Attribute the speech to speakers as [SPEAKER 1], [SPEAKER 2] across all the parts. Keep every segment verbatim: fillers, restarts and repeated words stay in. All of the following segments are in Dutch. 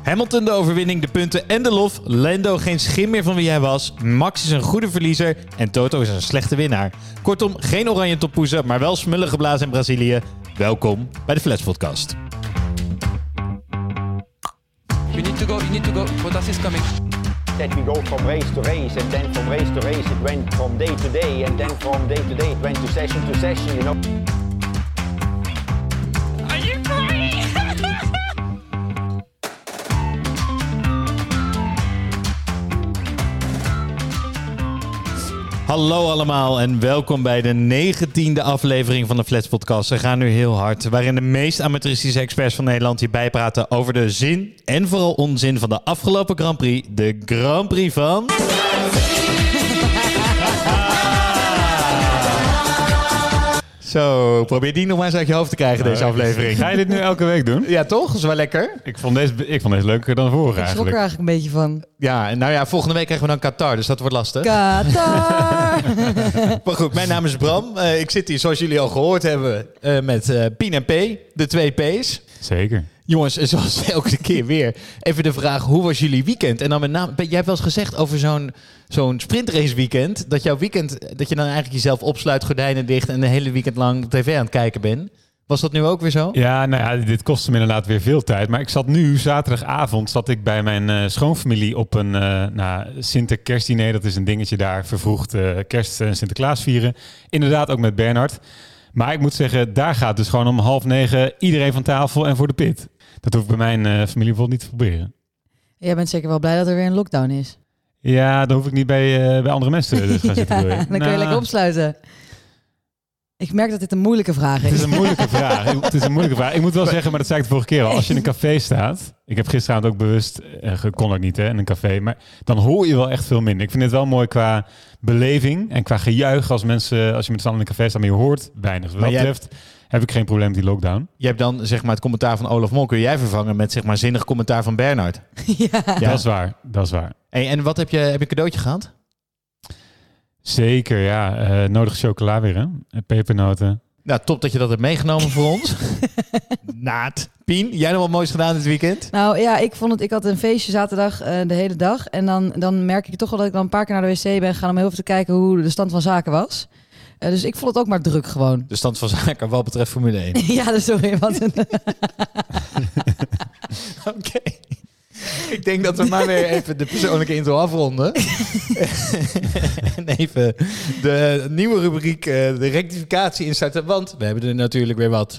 [SPEAKER 1] Hamilton de overwinning, de punten en de lof. Lando geen schim meer van wie hij was. Max is een goede verliezer en Toto is een slechte winnaar. Kortom, geen oranje toppoezen, maar wel smullen geblazen in Brazilië. Welkom bij de Flats Podcast.
[SPEAKER 2] You need to go, you need to go. Bottas is coming.
[SPEAKER 3] That we go from race to race, and then from race to race it went from day to day, and then from day to day it went to session to session, you know.
[SPEAKER 2] Are you crying?
[SPEAKER 1] Hallo allemaal en welkom bij de negentiende aflevering van de Flats Podcast. We gaan nu heel hard, waarin de meest amateuristische experts van Nederland hier bijpraten over de zin en vooral onzin van de afgelopen Grand Prix. De Grand Prix van... Zo, probeer die nog maar eens uit je hoofd te krijgen, deze aflevering.
[SPEAKER 4] Ga je dit nu elke week doen?
[SPEAKER 1] Ja, toch? Dat is wel lekker.
[SPEAKER 4] Ik vond deze, ik vond deze leuker dan vorige
[SPEAKER 5] Ik schrok
[SPEAKER 4] eigenlijk.
[SPEAKER 5] er eigenlijk een beetje van.
[SPEAKER 1] Ja, en nou ja, volgende week krijgen we dan Qatar, dus dat wordt lastig.
[SPEAKER 5] Qatar!
[SPEAKER 1] Maar goed, mijn naam is Bram. Uh, ik zit hier, zoals jullie al gehoord hebben, uh, met uh, Pien en P, de twee P's.
[SPEAKER 4] Zeker.
[SPEAKER 1] Jongens, zoals elke keer weer, even de vraag, hoe was jullie weekend? En dan met name, jij hebt wel eens gezegd over zo'n, zo'n sprintrace weekend, dat jouw weekend, dat je dan eigenlijk jezelf opsluit, gordijnen dicht en de hele weekend lang tv aan het kijken bent. Was dat nu ook weer zo?
[SPEAKER 4] Ja, nou ja, dit kostte me inderdaad weer veel tijd. Maar ik zat nu, zaterdagavond, zat ik bij mijn uh, schoonfamilie op een uh, nou, Sinter-kerstdiner. Dat is een dingetje daar, vervroegd uh, kerst en Sinterklaas vieren. Inderdaad ook met Bernhard. Maar ik moet zeggen, daar gaat dus gewoon om half negen iedereen van tafel en voor de pit. Dat hoef ik bij mijn uh, familie bijvoorbeeld niet te proberen.
[SPEAKER 5] Jij bent zeker wel blij dat er weer een lockdown is.
[SPEAKER 4] Ja, dan hoef ik niet bij, uh, bij andere mensen te dus gaan zitten.
[SPEAKER 5] Ja, dan kun je
[SPEAKER 4] nou,
[SPEAKER 5] lekker opsluiten. Ik merk dat dit een moeilijke vraag is.
[SPEAKER 4] Het is een moeilijke vraag. Het is een moeilijke vraag. Ik moet wel zeggen, maar dat zei ik de vorige keer al. Als je in een café staat... Ik heb gisteravond ook bewust... Uh, kon ook niet, hè, in een café. Maar dan hoor je wel echt veel minder. Ik vind het wel mooi qua beleving en qua gejuich als mensen... Als je met z'n allen in een café staat, maar je hoort weinig. Wat dat betreft heb ik geen probleem met die lockdown.
[SPEAKER 1] Je hebt dan zeg maar het commentaar van Olaf Mol kun jij vervangen met zeg maar zinnig commentaar van Bernhard.
[SPEAKER 5] Ja.
[SPEAKER 4] Ja. Dat is waar. Dat is waar.
[SPEAKER 1] Hey, en wat heb je, heb je een cadeautje gehad?
[SPEAKER 4] Zeker, ja. Uh, nodig chocola weer, hè? Pepernoten.
[SPEAKER 1] Nou, top dat je dat hebt meegenomen voor ons. Naad. Pien, jij nog wat moois gedaan dit weekend?
[SPEAKER 5] Nou ja, ik vond het. Ik had een feestje zaterdag uh, de hele dag. En dan, dan merk ik toch wel dat ik dan een paar keer naar de wc ben gegaan om heel even te kijken hoe de stand van zaken was. Uh, dus ik vond het ook maar druk gewoon.
[SPEAKER 1] De stand van zaken wat betreft Formule één.
[SPEAKER 5] Ja, dus sorry. Wat een...
[SPEAKER 1] Oké. Okay. Ik denk dat we maar weer even de persoonlijke intro afronden. En even de nieuwe rubriek, de rectificatie instarten. Want we hebben er natuurlijk weer wat.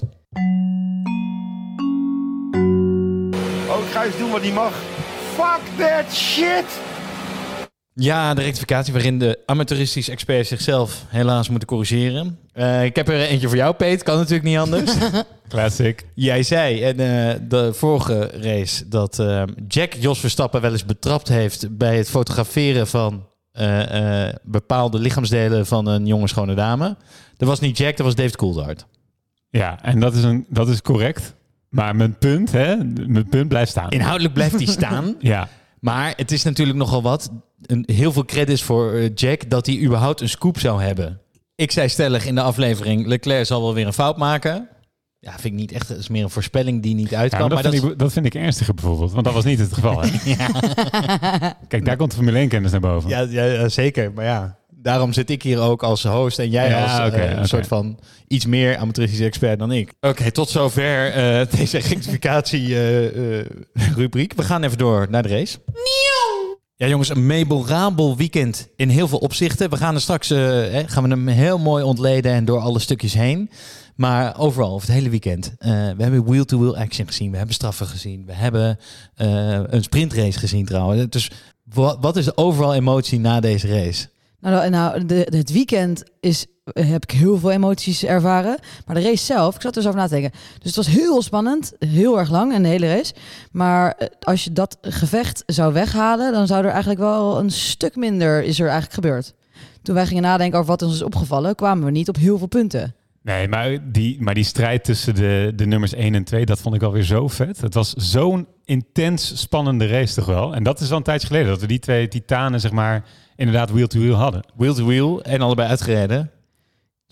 [SPEAKER 3] Oh, ik ga eens doen wat hij mag. Fuck that shit!
[SPEAKER 1] Ja, de rectificatie waarin de amateuristische experts zichzelf helaas moeten corrigeren. Uh, ik heb er eentje voor jou, Peet. Kan natuurlijk niet anders.
[SPEAKER 4] Classic.
[SPEAKER 1] Jij zei in uh, de vorige race dat uh, Jack Jos Verstappen wel eens betrapt heeft bij het fotograferen van uh, uh, bepaalde lichaamsdelen van een jonge schone dame. Dat was niet Jack, dat was David Coulthard.
[SPEAKER 4] Ja, en dat is, een, dat is correct. Maar mijn punt, hè, mijn punt blijft staan.
[SPEAKER 1] Inhoudelijk blijft hij staan.
[SPEAKER 4] Ja.
[SPEAKER 1] Maar het is natuurlijk nogal wat. Een, heel veel credits voor uh, Jack dat hij überhaupt een scoop zou hebben. Ik zei stellig in de aflevering, Leclerc zal wel weer een fout maken. Ja, vind ik niet echt. Het is meer een voorspelling die niet uitkwam.
[SPEAKER 4] Ja, maar dat,
[SPEAKER 1] maar
[SPEAKER 4] vind
[SPEAKER 1] dat,
[SPEAKER 4] ik, dat vind ik ernstiger bijvoorbeeld. Want dat was niet het geval. Hè?
[SPEAKER 1] ja.
[SPEAKER 4] Kijk, daar komt de Formule één kennis naar boven.
[SPEAKER 1] Ja, ja, ja, zeker. Maar ja, daarom zit ik hier ook als host en jij
[SPEAKER 4] Ja,
[SPEAKER 1] als uh,
[SPEAKER 4] okay,
[SPEAKER 1] een
[SPEAKER 4] okay.
[SPEAKER 1] soort van iets meer amateuristische expert dan ik. Oké, okay, tot zover uh, deze rectificatie uh, uh, rubriek. We gaan even door naar de race. Ja jongens, een memorabel weekend in heel veel opzichten. We gaan er straks uh, hè, gaan we hem heel mooi ontleden en door alle stukjes heen. Maar overal, over het hele weekend. Uh, we hebben wheel-to-wheel action gezien. We hebben straffen gezien. We hebben uh, een sprintrace gezien trouwens. Dus wat, wat is de overal emotie na deze race?
[SPEAKER 5] Nou, nou de, de, het weekend is, heb ik heel veel emoties ervaren. Maar de race zelf, ik zat er dus over na te denken. Dus het was heel spannend, heel erg lang, en de hele race. Maar als je dat gevecht zou weghalen, dan zou er eigenlijk wel een stuk minder is er eigenlijk gebeurd. Toen wij gingen nadenken over wat ons is opgevallen, kwamen we niet op heel veel punten.
[SPEAKER 4] Nee, maar die, maar die strijd tussen de, de nummers één en twee, dat vond ik alweer zo vet. Het was zo'n intens spannende race toch wel. En dat is al een tijdje geleden, dat we die twee titanen, zeg maar, inderdaad wheel-to-wheel hadden.
[SPEAKER 1] Wheel-to-wheel en allebei uitgereden.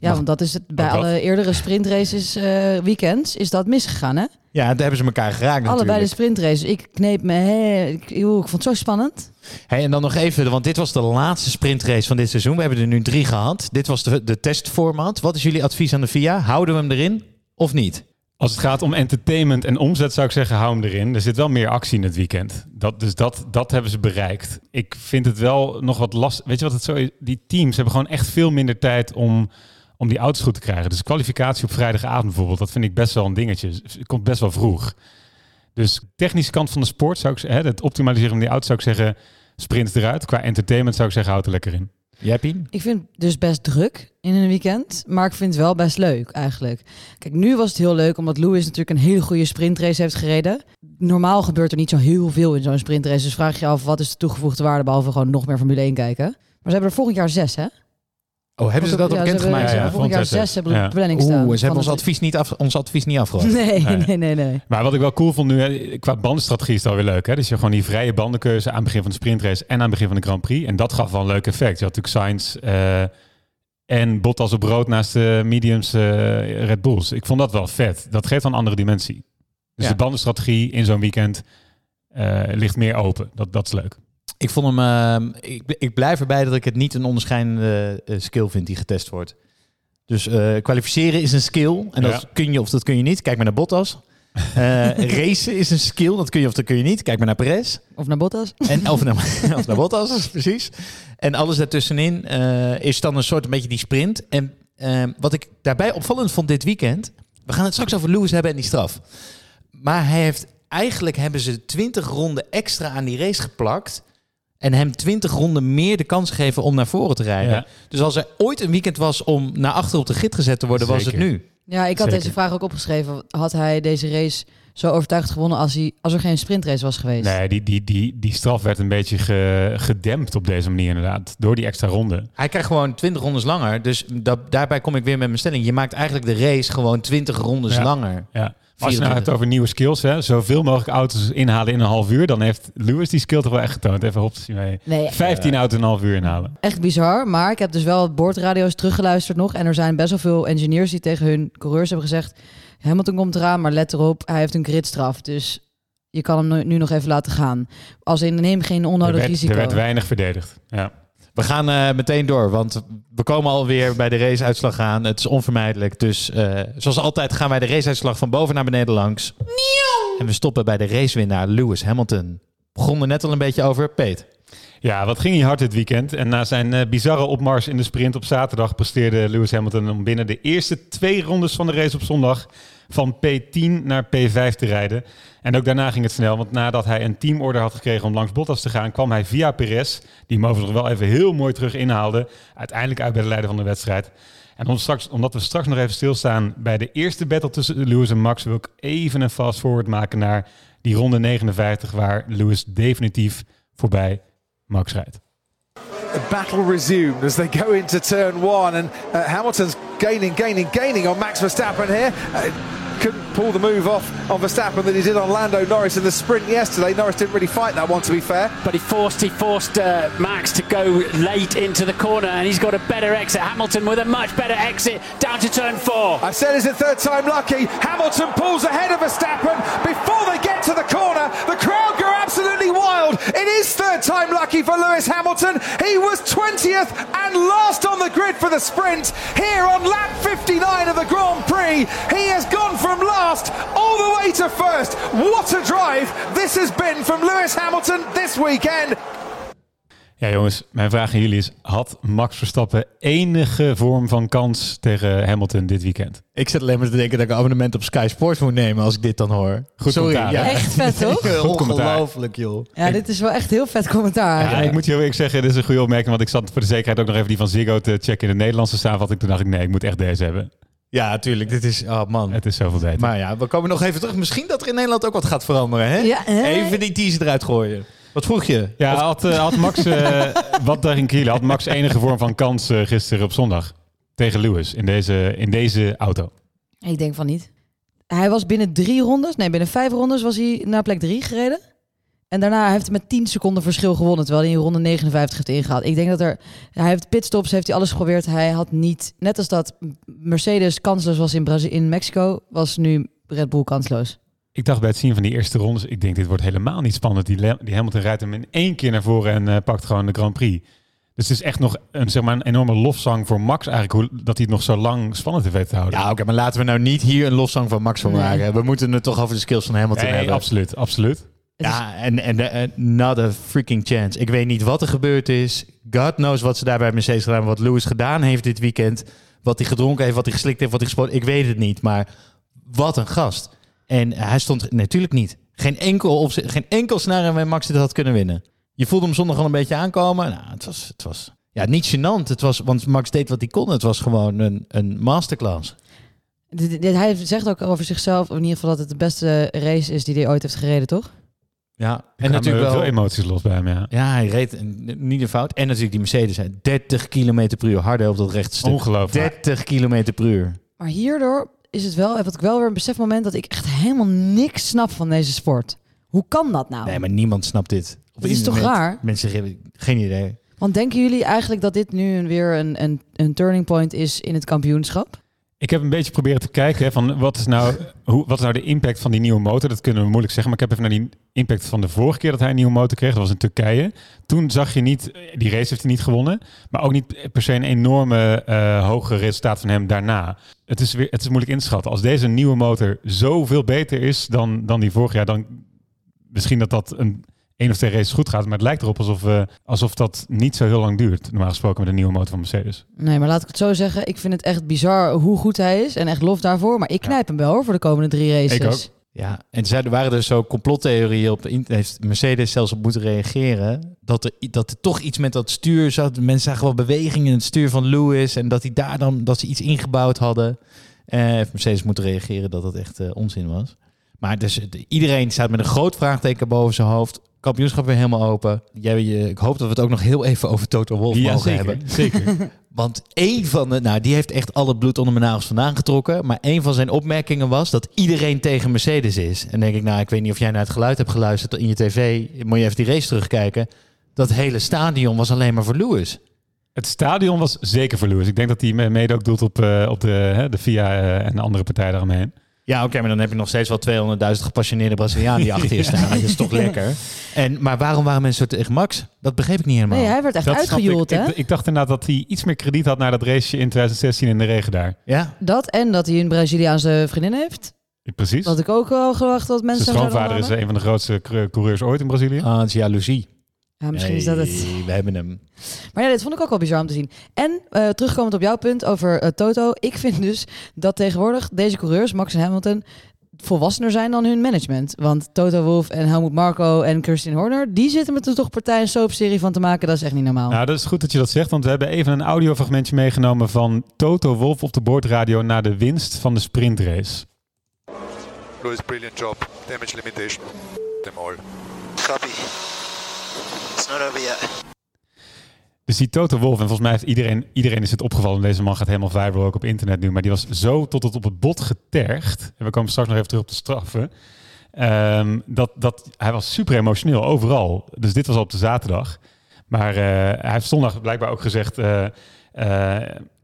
[SPEAKER 5] Ja,
[SPEAKER 1] Mag-
[SPEAKER 5] want dat is het bij
[SPEAKER 4] Ook dat.
[SPEAKER 5] alle eerdere sprintraces uh, weekends is dat misgegaan, hè?
[SPEAKER 1] Ja, daar hebben ze elkaar geraakt
[SPEAKER 5] Allebei de
[SPEAKER 1] natuurlijk.
[SPEAKER 5] sprintraces. Ik kneep me... Hè, ik, joh, ik vond het zo spannend.
[SPEAKER 1] Hey, en dan nog even, want dit was de laatste sprintrace van dit seizoen. We hebben er nu drie gehad. Dit was de, de testformat. Wat is jullie advies aan de V I A? Houden we hem erin of niet?
[SPEAKER 4] Als het gaat om entertainment en omzet zou ik zeggen, hou hem erin. Er zit wel meer actie in het weekend. Dat, dus dat, dat hebben ze bereikt. Ik vind het wel nog wat lastig. Weet je wat het zo is? Die teams hebben gewoon echt veel minder tijd om, om die auto's goed te krijgen. Dus kwalificatie op vrijdagavond bijvoorbeeld, dat vind ik best wel een dingetje. Het komt best wel vroeg. Dus technische kant van de sport zou ik zeggen, het optimaliseren van die auto's zou ik zeggen, sprint eruit. Qua entertainment zou ik zeggen, houd er lekker in.
[SPEAKER 1] Jij, Pien?
[SPEAKER 5] Ik vind het dus best druk in een weekend, maar ik vind het wel best leuk eigenlijk. Kijk, nu was het heel leuk omdat Lewis natuurlijk een hele goede sprintrace heeft gereden. Normaal gebeurt er niet zo heel veel in zo'n sprintrace, dus vraag je af wat is de toegevoegde waarde behalve gewoon nog meer Formule één kijken. Maar ze hebben er volgend jaar zes, hè?
[SPEAKER 1] Oh, hebben ze dat op
[SPEAKER 5] ja,
[SPEAKER 1] bekend
[SPEAKER 5] ze hebben,
[SPEAKER 1] gemaakt?
[SPEAKER 5] ze
[SPEAKER 4] ja,
[SPEAKER 5] hebben volgend jaar
[SPEAKER 4] volgend jaar
[SPEAKER 5] zes hebben op de
[SPEAKER 4] ja.
[SPEAKER 5] planning staan.
[SPEAKER 1] Oeh, ze hebben
[SPEAKER 5] Van
[SPEAKER 1] ons
[SPEAKER 5] het-
[SPEAKER 1] advies niet, af, ons advies niet afgerond.
[SPEAKER 5] Nee,
[SPEAKER 4] Nee.
[SPEAKER 5] nee, nee, nee.
[SPEAKER 4] Maar wat ik wel cool vond nu, hè, qua bandenstrategie is het alweer leuk. Hè? Dus je gewoon die vrije bandenkeuze aan het begin van de sprintrace en aan het begin van de Grand Prix. En dat gaf wel een leuk effect. Je had natuurlijk Sainz uh, en Bottas op rood naast de mediums uh, Red Bulls. Ik vond dat wel vet. Dat geeft wel een andere dimensie. Dus
[SPEAKER 1] Ja.
[SPEAKER 4] de bandenstrategie in zo'n weekend uh, ligt meer open. Dat, dat is leuk.
[SPEAKER 1] Ik vond hem. Uh, ik, ik blijf erbij dat ik het niet een onderscheidende uh, skill vind die getest wordt. Dus uh, kwalificeren is een skill. En dat
[SPEAKER 4] Ja.
[SPEAKER 1] kun je of dat kun je niet. Kijk maar naar Bottas. Uh, racen is een skill. Dat kun je of dat kun je niet. Kijk maar naar Perez.
[SPEAKER 5] Of naar Bottas.
[SPEAKER 1] En, of, naar, of naar Bottas, precies. En alles daartussenin uh, is dan een soort een beetje die sprint. En uh, wat ik daarbij opvallend vond dit weekend. We gaan het straks over Lewis hebben en die straf. Maar hij heeft, eigenlijk hebben ze twintig ronden extra aan die race geplakt. En hem twintig ronden meer de kans gegeven om naar voren te rijden.
[SPEAKER 4] Ja.
[SPEAKER 1] Dus als er ooit een weekend was om naar achter op de grid gezet te worden, was het
[SPEAKER 4] Zeker.
[SPEAKER 1] nu.
[SPEAKER 5] Ja, ik had
[SPEAKER 4] Zeker.
[SPEAKER 5] deze vraag ook opgeschreven. Had hij deze race zo overtuigd gewonnen als, hij, als er geen sprintrace was geweest?
[SPEAKER 4] Nee, die, die, die, die straf werd een beetje ge, gedempt op deze manier inderdaad. Door die extra ronde.
[SPEAKER 1] Hij krijgt gewoon twintig rondes langer. Dus dat, daarbij kom ik weer met mijn stelling. Je maakt eigenlijk de race gewoon twintig rondes
[SPEAKER 4] Ja.
[SPEAKER 1] langer.
[SPEAKER 4] Ja. Als je nou hebt over nieuwe skills, hè, zoveel mogelijk auto's inhalen in een half uur, dan heeft Lewis die skill toch wel echt getoond. Even op mee.
[SPEAKER 5] Nee,
[SPEAKER 4] vijftien auto's in een half uur inhalen.
[SPEAKER 5] echt bizar. Maar ik heb dus wel boordradio's teruggeluisterd nog. En er zijn best wel veel engineers die tegen hun coureurs hebben gezegd: Hamilton komt eraan, maar let erop, hij heeft een gridstraf. Dus je kan hem nu- nu nog even laten gaan. Als in neem geen
[SPEAKER 4] Er
[SPEAKER 5] onnodig
[SPEAKER 4] werd,
[SPEAKER 5] risico.
[SPEAKER 4] er werd weinig verdedigd. Ja.
[SPEAKER 1] We gaan uh, meteen door, want we komen alweer bij de raceuitslag aan. Het is onvermijdelijk. Dus uh, zoals altijd gaan wij de raceuitslag van boven naar beneden langs. En we stoppen bij de racewinnaar Lewis Hamilton. Begon er net al een beetje over. Peet.
[SPEAKER 4] Ja, wat ging hij hard dit weekend. En na zijn uh, bizarre opmars in de sprint op zaterdag presteerde Lewis Hamilton om binnen de eerste twee rondes van de race op zondag van P tien naar P vijf te rijden. En ook daarna ging het snel, want nadat hij een teamorder had gekregen om langs Bottas te gaan, kwam hij via Perez, die hem overigens wel even heel mooi terug inhaalde, uiteindelijk uit bij de leider van de wedstrijd. En om straks, omdat we straks nog even stilstaan bij de eerste battle tussen Lewis en Max, wil ik even een fast forward maken naar die ronde negenenvijftig, waar Lewis definitief voorbij Max rijdt.
[SPEAKER 6] The battle resumed as they go into turn one, and uh, Hamilton's gaining, gaining, gaining on Max Verstappen here. Uh, couldn't pull the move off on Verstappen that he did on Lando Norris in the sprint yesterday. Norris didn't really fight that one, to be fair.
[SPEAKER 7] But he forced he forced uh, Max to go late into the corner, and he's got a better exit. Hamilton with a much better exit down to turn four.
[SPEAKER 6] I've said it's a third time lucky. Hamilton pulls ahead of Verstappen before they get to the corner. The crowd go absolutely wild. It is third time lucky for Lewis Hamilton. He was twentieth and last on the grid for the sprint. Here on lap fifty-nine of the Grand Prix, he has gone from last all the way to first. What a drive this has been from Lewis Hamilton this weekend.
[SPEAKER 4] Ja jongens, mijn vraag aan jullie is, had Max Verstappen enige vorm van kans tegen Hamilton dit weekend?
[SPEAKER 1] Ik zit alleen maar te denken dat ik een abonnement op Sky Sports moet nemen als ik dit dan hoor.
[SPEAKER 4] Goed
[SPEAKER 1] Sorry,
[SPEAKER 4] commentaar,
[SPEAKER 1] ja.
[SPEAKER 4] hè?
[SPEAKER 5] Echt vet, toch?
[SPEAKER 4] Goed commentaar.
[SPEAKER 1] Ongelooflijk, joh.
[SPEAKER 5] Ja, dit is wel echt heel vet commentaar.
[SPEAKER 4] Ja,
[SPEAKER 5] eigenlijk.
[SPEAKER 4] ik moet je heel eerlijk zeggen, dit is een goede opmerking, want ik zat voor de zekerheid ook nog even die van Ziggo te checken in de Nederlandse samenvatting. Toen dacht ik, nee, ik moet echt deze hebben.
[SPEAKER 1] Ja, natuurlijk. Dit is... Oh, man.
[SPEAKER 4] Het is zoveel beter.
[SPEAKER 1] Maar ja, we komen nog even terug. Misschien dat er in Nederland ook wat gaat veranderen, hè?
[SPEAKER 5] Ja, hè?
[SPEAKER 1] Even die teaser eruit gooien. Wat vroeg je?
[SPEAKER 4] Ja, had, uh, had Max, uh, wat daar in Kiel, had Max enige vorm van kans uh, gisteren op zondag tegen Lewis in deze, in deze auto?
[SPEAKER 5] Ik denk van niet. Hij was binnen drie rondes, nee, binnen vijf rondes was hij naar plek drie gereden. En daarna heeft hij met tien seconden verschil gewonnen, terwijl hij in ronde negenenvijftig heeft ingehaald. Ik denk dat er... Hij heeft pitstops, heeft hij alles geprobeerd. Hij had niet... Net als dat Mercedes kansloos was in, Brazi- in Mexico, was nu Red Bull kansloos.
[SPEAKER 4] Ik dacht bij het zien van die eerste rondes, ik denk dit wordt helemaal niet spannend. Die, Le- die Hamilton rijdt hem in één keer naar voren en uh, pakt gewoon de Grand Prix. Dus het is echt nog een, zeg maar, een enorme lofzang voor Max eigenlijk, hoe, dat hij het nog zo lang spannend heeft weten te houden.
[SPEAKER 1] Ja, oké, okay, maar laten we nou niet hier een loszang van Max van
[SPEAKER 5] Nee.
[SPEAKER 1] maken. We moeten het toch over de skills van Hamilton
[SPEAKER 4] Nee,
[SPEAKER 1] hebben.
[SPEAKER 4] absoluut, absoluut.
[SPEAKER 1] Ja, en, en en not a freaking chance. Ik weet niet wat er gebeurd is. God knows wat ze daar bij Mercedes gedaan hebben. Wat Lewis gedaan heeft dit weekend. Wat hij gedronken heeft, wat hij geslikt heeft, wat hij gespoten. Ik weet het niet, maar wat een gast. En hij stond natuurlijk niet. Geen enkel, op, geen enkel scenario waar Max dit had kunnen winnen. Je voelde hem zondag al een beetje aankomen. Nou, het was, het was ja, niet gênant. Het was, want Max deed wat hij kon. Het was gewoon een, een masterclass.
[SPEAKER 5] Dit- dit- Hij zegt ook over zichzelf, in ieder geval dat het de beste race is die hij ooit heeft gereden, toch?
[SPEAKER 1] Ja,
[SPEAKER 4] En
[SPEAKER 1] en natuurlijk
[SPEAKER 4] veel
[SPEAKER 1] wel.
[SPEAKER 4] emoties los bij hem, ja.
[SPEAKER 1] Ja, hij reed een- niet een fout. En natuurlijk die Mercedes. hè. dertig kilometer per uur harder op dat rechte stuk.
[SPEAKER 4] Ongelooflijk.
[SPEAKER 1] dertig kilometer per uur.
[SPEAKER 5] Maar hierdoor is het wel, heb ik wel weer een besefmoment dat ik echt helemaal niks snap van deze sport. Hoe kan dat nou?
[SPEAKER 1] Nee, maar niemand snapt dit. Op
[SPEAKER 5] Dat is toch
[SPEAKER 1] internet,
[SPEAKER 5] raar?
[SPEAKER 1] Mensen hebben geen idee.
[SPEAKER 5] Want denken jullie eigenlijk dat dit nu een- weer een, een, een turning point is in het kampioenschap?
[SPEAKER 4] Ik heb een beetje proberen te kijken hè, van wat is, nou, hoe, wat is nou de impact van die nieuwe motor. Dat kunnen we moeilijk zeggen, maar ik heb even naar die impact van de vorige keer dat hij een nieuwe motor kreeg. Dat was in Turkije. Toen zag je niet, die race heeft hij niet gewonnen, maar ook niet per se een enorme uh, hoge resultaat van hem daarna. Het is, weer, het is moeilijk in te schatten. Als deze nieuwe motor zoveel beter is dan, dan die vorig jaar, dan misschien dat dat een één of twee races goed gaat. Maar het lijkt erop alsof, uh, alsof dat niet zo heel lang duurt. Normaal gesproken met een nieuwe motor van Mercedes.
[SPEAKER 5] Nee, maar laat ik het zo zeggen. Ik vind het echt bizar hoe goed hij is. En echt lof daarvoor. Maar ik knijp hem wel hoor, voor de komende drie races.
[SPEAKER 4] Ik ook.
[SPEAKER 1] Ja, en er waren dus zo complottheorieën op de internet. Heeft Mercedes zelfs op moeten reageren. Dat er, dat er toch iets met dat stuur zat. Mensen zagen wel beweging in het stuur van Lewis. En dat hij daar dan dat ze iets ingebouwd hadden. En heeft Mercedes moeten reageren dat dat echt uh, onzin was. Maar dus iedereen staat met een groot vraagteken boven zijn hoofd. Kampioenschap weer helemaal open. Jij, je, ik hoop dat we het ook nog heel even over Toto Wolff
[SPEAKER 4] Ja,
[SPEAKER 1] mogen
[SPEAKER 4] zeker,
[SPEAKER 1] hebben.
[SPEAKER 4] zeker.
[SPEAKER 1] Want één van de... Nou, die heeft echt al het bloed onder mijn nagels vandaan getrokken. Maar één van zijn opmerkingen was dat iedereen tegen Mercedes is. En dan denk ik, nou, ik weet niet of jij naar het geluid hebt geluisterd in je tv. Moet je even die race terugkijken. Dat hele stadion was alleen maar voor Lewis.
[SPEAKER 4] Het stadion was zeker voor Lewis. Ik denk dat hij mede ook doelt op, uh, op de, hè, de F I A uh, en de andere partijen daaromheen.
[SPEAKER 1] Ja, oké, okay, maar dan heb je nog steeds wel tweehonderdduizend gepassioneerde Brazilianen die achter je staan. Dat is toch lekker. En, maar waarom waren mensen zo tegen Max? Dat begreep ik niet helemaal.
[SPEAKER 5] Nee, hij werd echt
[SPEAKER 4] Dat snap
[SPEAKER 5] uitgejoeld,
[SPEAKER 4] ik.
[SPEAKER 5] hè?
[SPEAKER 4] Ik, ik dacht inderdaad dat hij iets meer krediet had naar dat raceje in twintig zestien in de regen daar.
[SPEAKER 1] Ja?
[SPEAKER 5] Dat en dat hij een Braziliaanse vriendin heeft.
[SPEAKER 4] Precies.
[SPEAKER 5] Dat ik ook wel gewacht dat mensen...
[SPEAKER 4] Zijn
[SPEAKER 5] hem zouden
[SPEAKER 4] schoonvader is
[SPEAKER 5] aanraden.
[SPEAKER 4] een van de grootste cr- coureurs ooit in Brazilië.
[SPEAKER 1] Ah, het is jaloezie.
[SPEAKER 5] Ja, misschien is dat het.
[SPEAKER 1] Nee, we hebben hem.
[SPEAKER 5] Maar ja, dit vond ik ook wel bizar om te zien. En uh, terugkomend op jouw punt over uh, Toto. Ik vind dus dat tegenwoordig deze coureurs, Max en Hamilton, volwassener zijn dan hun management. Want Toto Wolff en Helmut Marko en Christian Horner, die zitten met er toch partij een soapserie van te maken. Dat is echt niet normaal.
[SPEAKER 4] Nou, dat is goed dat je dat zegt, want we hebben even een audiofragmentje meegenomen van Toto Wolff op de boordradio na de winst van de sprintrace.
[SPEAKER 8] Lewis, brilliant job. Damage limitation. Them all.
[SPEAKER 9] Copy. It's not over yet.
[SPEAKER 4] Dus die Toto Wolff, en volgens mij heeft iedereen, iedereen is het opgevallen. Deze man gaat helemaal viral ook op internet nu. Maar die was zo tot het op het bot getergd. En we komen straks nog even terug op de straffen. Um, dat, dat, hij was super emotioneel overal. Dus dit was al op de zaterdag. Maar uh, hij heeft zondag blijkbaar ook gezegd... Uh, uh,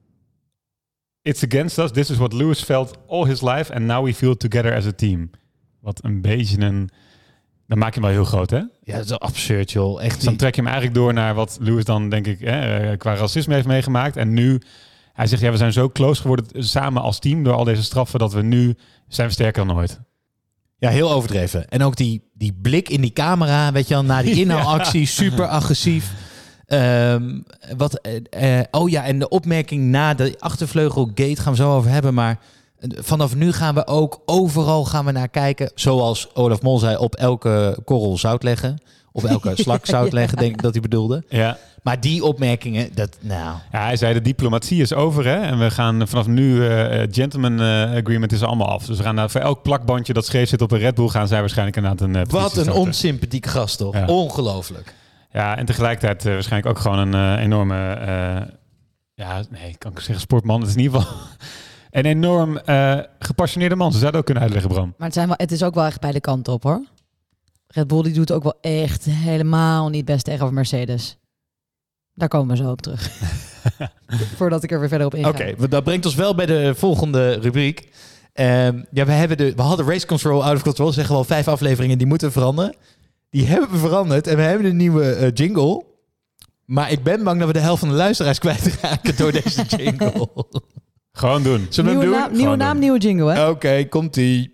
[SPEAKER 4] It's against us. This is what Lewis felt all his life. And now we feel together as a team. Wat een beetje een... Dan maak je hem wel heel groot, hè?
[SPEAKER 1] Ja, dat is absurd, joh. Echt.
[SPEAKER 4] Dus dan trek je hem eigenlijk door naar wat Lewis dan, denk ik, eh, qua racisme heeft meegemaakt. En nu, hij zegt, ja, we zijn zo close geworden samen als team door al deze straffen, dat we nu zijn we sterker dan ooit.
[SPEAKER 1] Ja, heel overdreven. En ook die, die blik in die camera, weet je wel, na die inhaalactie, super agressief. Um, wat, uh, uh, oh ja, en de opmerking na de achtervleugelgate gaan we zo over hebben, maar vanaf nu gaan we ook overal gaan we naar kijken. Zoals Olaf Mol zei, op elke korrel zout leggen. Op elke slak zout leggen, denk ik dat hij bedoelde.
[SPEAKER 4] Ja.
[SPEAKER 1] Maar die opmerkingen, dat nou...
[SPEAKER 4] Ja, hij zei de diplomatie is over, hè. En we gaan vanaf nu, uh, gentleman uh, agreement is er allemaal af. Dus we gaan uh, voor elk plakbandje dat scheef zit op een Red Bull gaan zij waarschijnlijk inderdaad een... Uh,
[SPEAKER 1] Wat een onsympathieke gast, toch? Ja. Ongelooflijk.
[SPEAKER 4] Ja, en tegelijkertijd uh, waarschijnlijk ook gewoon een uh, enorme... Uh, ja, nee, kan ik zeggen sportman. Het is in ieder geval... Een enorm uh, gepassioneerde man. Ze zouden ook kunnen uitleggen, Bram.
[SPEAKER 5] Maar het, zijn wel, het is ook wel echt beide kanten op, hoor. Red Bull die doet ook wel echt helemaal niet best tegenover Mercedes. Daar komen we zo op terug. Voordat ik er weer verder op inga.
[SPEAKER 1] Oké, okay, dat brengt ons wel bij de volgende rubriek. Um, ja, we, hebben de, we hadden Race Control Out of Control. Zeggen we al vijf afleveringen, die moeten veranderen. Die hebben we veranderd en we hebben een nieuwe uh, jingle. Maar ik ben bang dat we de helft van de luisteraars kwijtraken door deze jingle.
[SPEAKER 4] Gewoon doen.
[SPEAKER 1] Zullen we
[SPEAKER 5] nieuwe
[SPEAKER 1] hem
[SPEAKER 5] naam,
[SPEAKER 1] doen?
[SPEAKER 5] nieuwe naam, nieuwe jingle, hè?
[SPEAKER 1] Oké, okay, komt-ie.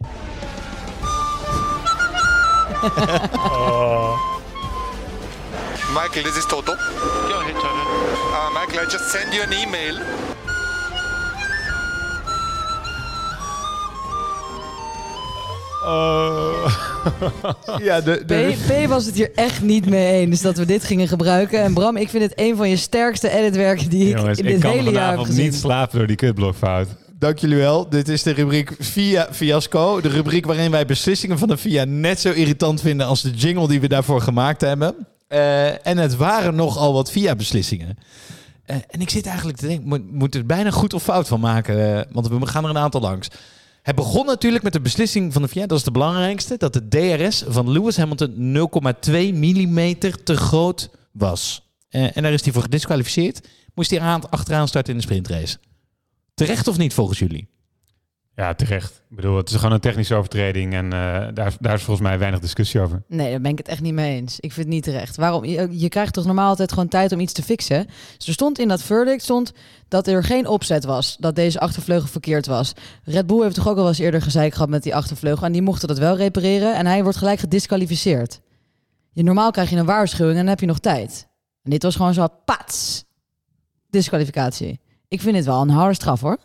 [SPEAKER 8] oh. Michael, this is Toto.
[SPEAKER 2] Go ahead, Toto.
[SPEAKER 8] Uh, Michael, I just sent you an email.
[SPEAKER 4] Oh.
[SPEAKER 1] ja, de, de...
[SPEAKER 5] P, P was het hier echt niet mee eens dat we dit gingen gebruiken. En Bram, ik vind het een van je sterkste editwerken die ik
[SPEAKER 4] Jongens,
[SPEAKER 5] in
[SPEAKER 4] ik
[SPEAKER 5] dit
[SPEAKER 4] kan
[SPEAKER 5] hele jaar heb gezien.
[SPEAKER 4] niet slapen door die kutblokfout.
[SPEAKER 1] Dank jullie wel. Dit is de rubriek V I A Fiasco. De rubriek waarin wij beslissingen van de V I A net zo irritant vinden als de jingle die we daarvoor gemaakt hebben. Uh, en het waren nogal wat V I A-beslissingen. Uh, en ik zit eigenlijk te denken, moet, moet er bijna goed of fout van maken. Uh, want we gaan er een aantal langs. Het begon natuurlijk met de beslissing van de V I A, dat is de belangrijkste, dat de D R S van Lewis Hamilton nul komma twee millimeter te groot was. Uh, en daar is hij voor gedisqualificeerd. Moest hij aan, achteraan starten in de sprintrace. Terecht of niet volgens jullie?
[SPEAKER 4] Ja, terecht. Ik bedoel, het is gewoon een technische overtreding en uh, daar, daar is volgens mij weinig discussie over.
[SPEAKER 5] Nee, daar ben ik het echt niet mee eens. Ik vind het niet terecht. Waarom? Je, je krijgt toch normaal altijd gewoon tijd om iets te fixen? Dus er stond in dat verdict stond dat er geen opzet was, dat deze achtervleugel verkeerd was. Red Bull heeft toch ook al eens eerder gezeik gehad met die achtervleugel en die mochten dat wel repareren en hij wordt gelijk gedisqualificeerd. Je, normaal krijg je een waarschuwing en dan heb je nog tijd. En dit was gewoon zo, pats, disqualificatie. Ik vind het wel een harde straf, hoor.